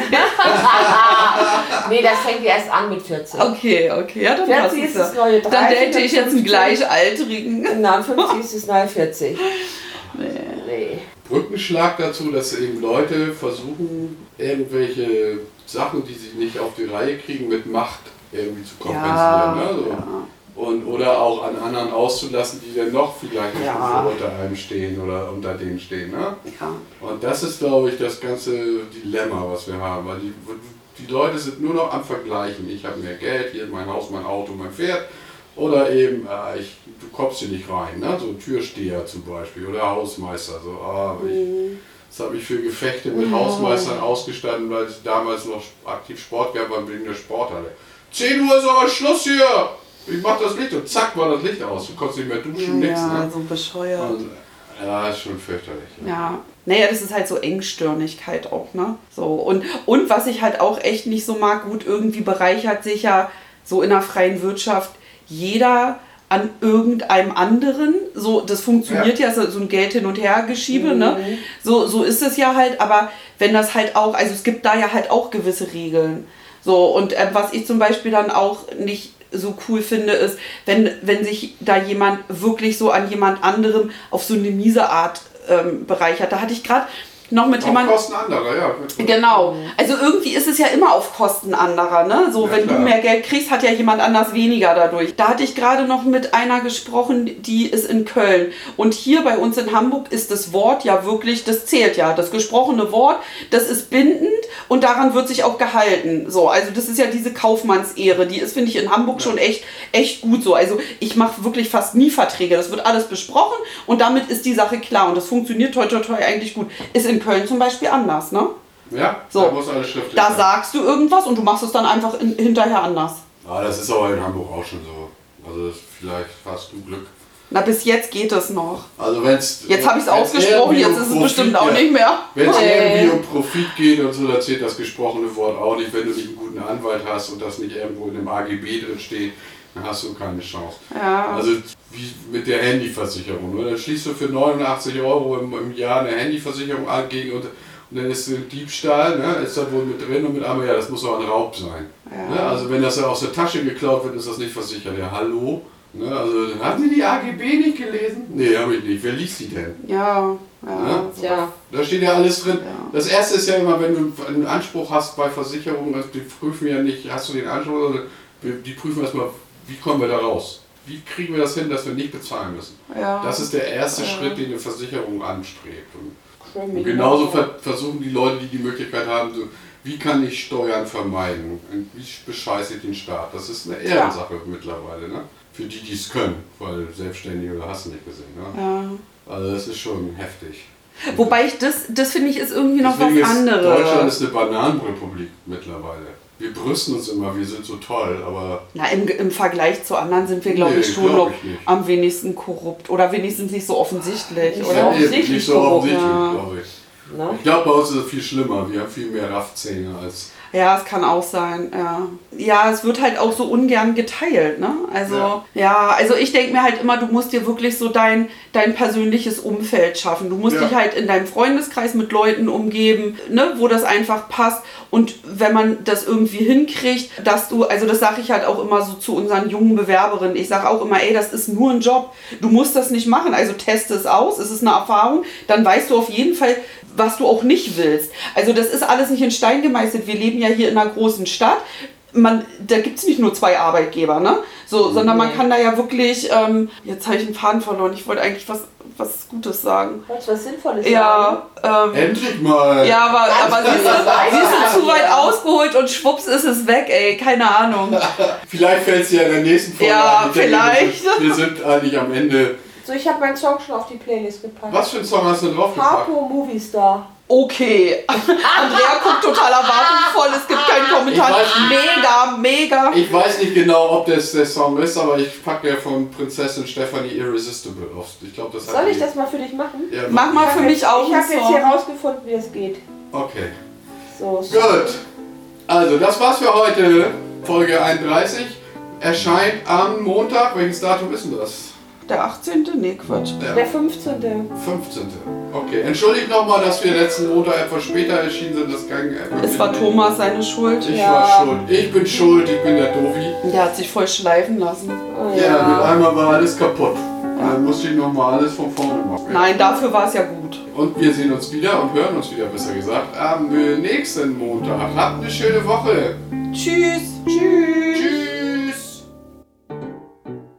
Nee, das fängt erst an mit vierzig. Okay, okay, ja, dann passt vierzig es ist ja. das neue Dann dreißig. date ich jetzt einen fünfzig. Gleichaltrigen. Genau, fünfzig ist das neue vierzig. Nee. Nee. Brückenschlag dazu, dass eben Leute versuchen, irgendwelche Sachen, die sie nicht auf die Reihe kriegen, mit Macht irgendwie zu kompensieren. Ja, ne? So. ja. Und, oder auch an anderen auszulassen, die dann noch vielleicht eine Ja. Stufe unter einem stehen oder unter denen stehen. Ne? Ja. Und das ist, glaube ich, das ganze Dilemma, was wir haben. Weil die, die Leute sind nur noch am Vergleichen. Ich habe mehr Geld, hier mein Haus, mein Auto, mein Pferd. Oder eben, äh, ich, du kommst hier nicht rein. Ne? So Türsteher zum Beispiel oder Hausmeister. So, ah, ich, Mhm. das habe ich für Gefechte mit Ja. Hausmeistern ausgestanden, weil ich damals noch aktiv Sport gab wegen der Sporthalle. zehn Uhr ist aber Schluss hier! Ich mach das Licht und zack war das Licht aus. Du konntest nicht mehr duschen, Ja, nix. Ne? so bescheuert. Und, ja, ist schon fürchterlich. Ne? Ja, naja, das ist halt so Engstirnigkeit auch, ne? So, und, und was ich halt auch echt nicht so mag, gut, irgendwie bereichert sich ja so in der freien Wirtschaft jeder an irgendeinem anderen. So, das funktioniert ja, ja so ein Geld hin und her geschiebe, Mhm. ne? So, so ist es ja halt, aber wenn das halt auch, also es gibt da ja halt auch gewisse Regeln. So, und äh, was ich zum Beispiel dann auch nicht so cool finde, ist, wenn, wenn sich da jemand wirklich so an jemand anderem auf so eine miese Art ähm, bereichert. Da hatte ich gerade noch mit Auf jemandem... Kosten anderer, ja. Genau. Also irgendwie ist es ja immer auf Kosten anderer, ne? So, Ja, wenn klar. du mehr Geld kriegst, hat ja jemand anders weniger dadurch. Da hatte ich gerade noch mit einer gesprochen, die ist in Köln. Und hier bei uns in Hamburg ist das Wort ja wirklich, das zählt ja. Das gesprochene Wort, das ist bindend und daran wird sich auch gehalten. So, also das ist ja diese Kaufmannsehre. Die ist, finde ich, in Hamburg schon echt, echt gut so. Also ich mache wirklich fast nie Verträge. Das wird alles besprochen und damit ist die Sache klar. Und das funktioniert toi toi toi eigentlich gut. Ist in Köln zum Beispiel anders, ne? Ja, So, da muss alles schriftlich Da sein. sagst du irgendwas und du machst es dann einfach in, hinterher anders. Ah, das ist aber in Hamburg auch schon so. Also das, vielleicht hast du Glück. Na, bis jetzt geht es noch. Also wenn's, Jetzt habe ich es wenn's ausgesprochen, irgendwie jetzt um ist es Profit bestimmt auch geht- nicht mehr. Wenn es Nee. irgendwie um Profit geht und so, da zählt das gesprochene Wort auch nicht. Wenn du nicht einen guten Anwalt hast und das nicht irgendwo in dem A G B drin steht, dann hast du keine Chance. Ja. Also wie mit der Handyversicherung. Ne? Dann schließt du für neunundachtzig Euro im, im Jahr eine Handyversicherung an gegen und, und dann ist ein Diebstahl, ne? Ist da wohl mit drin und mit einmal, ja, das muss doch ein Raub sein. Ja. Ne? Also wenn das ja aus der Tasche geklaut wird, ist das nicht versichert. Ja, hallo? Ne? Also dann hatten Sie die A G B nicht gelesen? Nee, habe ich nicht. Wer liest sie denn? Ja, ja. Ja. Tja, Da steht ja alles drin. Ja. Das erste ist ja immer, wenn du einen Anspruch hast bei Versicherungen, also die prüfen ja nicht, hast du den Anspruch, sondern die prüfen erstmal, wie kommen wir da raus? Wie kriegen wir das hin, dass wir nicht bezahlen müssen? Ja. Das ist der erste Ja. Schritt, den eine Versicherung anstrebt. Und, schön und mit genauso dir. ver versuchen die Leute, die die Möglichkeit haben, so, wie kann ich Steuern vermeiden? Und wie bescheiße ich den Staat? Das ist eine Ehrensache mittlerweile, ne? Für die, die es können, weil Selbstständige oder hast du nicht gesehen. Ne? Ja. Also das ist schon heftig. Wobei ich das, das finde ich ist irgendwie noch Deswegen was ist Deutschland anderes. ist eine Bananenrepublik mittlerweile. Wir brüsten uns immer, wir sind so toll, aber Na, im, im Vergleich zu anderen sind wir, glaube Nee, ich, schon glaub noch ich nicht. am wenigsten korrupt. Oder wenigstens nicht so offensichtlich, Nicht oder? so. eben, offensichtlich nicht so korrupt, offensichtlich, ja. glaube ich. Ne? Ich glaube, bei uns ist es viel schlimmer. Wir haben viel mehr Raffzähne als. Ja, es kann auch sein, ja. Ja, es wird halt auch so ungern geteilt, ne? Also, ja, Ja. also ich denke mir halt immer, du musst dir wirklich so dein, dein persönliches Umfeld schaffen. Du musst Ja. dich halt in deinem Freundeskreis mit Leuten umgeben, ne, wo das einfach passt. Und wenn man das irgendwie hinkriegt, dass du, also das sage ich halt auch immer so zu unseren jungen Bewerberinnen, ich sage auch immer, ey, das ist nur ein Job. Du musst das nicht machen, also teste es aus, es ist eine Erfahrung, dann weißt du auf jeden Fall, was du auch nicht willst. Also das ist alles nicht in Stein gemeißelt. Wir leben ja hier in einer großen Stadt. Man, da gibt es nicht nur zwei Arbeitgeber, ne? So, sondern man Nee. kann da ja wirklich, ähm, jetzt habe ich einen Faden verloren, ich wollte eigentlich was, was Gutes sagen. Wolltest du was Sinnvolles Ja, ähm, Endlich mal! ja, aber, aber siehst du, siehst du, zu Ja. weit ausgeholt und schwupps ist es weg, ey, keine Ahnung. Vielleicht fällt es dir in der nächsten Folge Ja, ein. Ich denke, vielleicht. Wir sind, wir sind eigentlich am Ende. So, ich habe meinen Song schon auf die Playlist gepackt. Was für einen Song hast du draufgepackt? Harpo Movie Star. Okay. Andrea guckt total erwartungsvoll, es gibt keinen Kommentar. Ich weiß nicht. Mega, mega. Ich weiß nicht genau, ob das der Song ist, aber ich packe ja von Prinzessin Stephanie Irresistible auf. Ich glaube, das hat Soll ich die- das mal für dich machen? Ja, Mach mal Ich für hab mich jetzt, auch Ich einen habe jetzt hier Song. rausgefunden, wie es geht. Okay. So, so. Gut. Also, das war's für heute. Folge einunddreißig. Erscheint am Montag. Welches Datum ist denn das? Der achtzehnte? Nee, Quatsch. Der Der fünfzehnte. fünfzehnte. Okay. Entschuldigt nochmal, dass wir letzten Montag etwas später erschienen sind. Das ging äh, Es war Thomas seine Schuld. Ich Ja. war schuld. Ich bin schuld. Ich bin der Dovi. Der hat sich voll schleifen lassen. Oh, Ja, mit ja. einmal war alles kaputt. Dann musste ich nochmal alles von vorne machen. Nein, dafür war es ja gut. Und wir sehen uns wieder und hören uns wieder, besser gesagt, am nächsten Montag. Habt eine schöne Woche. Tschüss. Tschüss. Tschüss.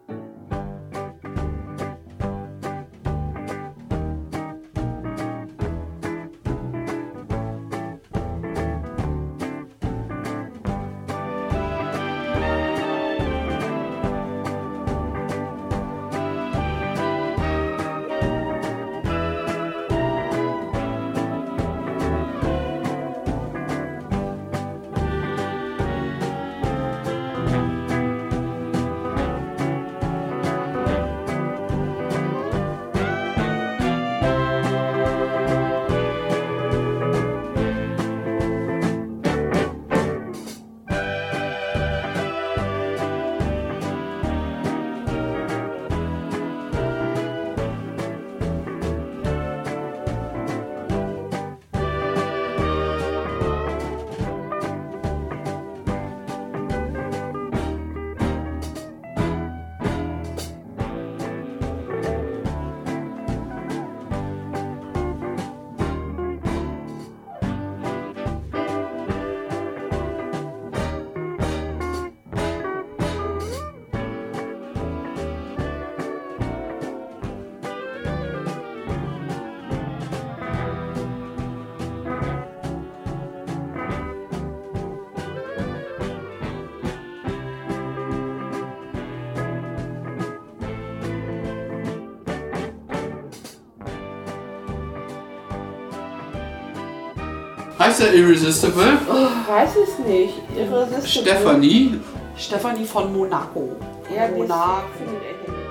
Heißt er Irresistible? Ich weiß es nicht. Irresistible. Stefanie? Stefanie von Monaco. Ja, die Monaco. findet er hier nicht.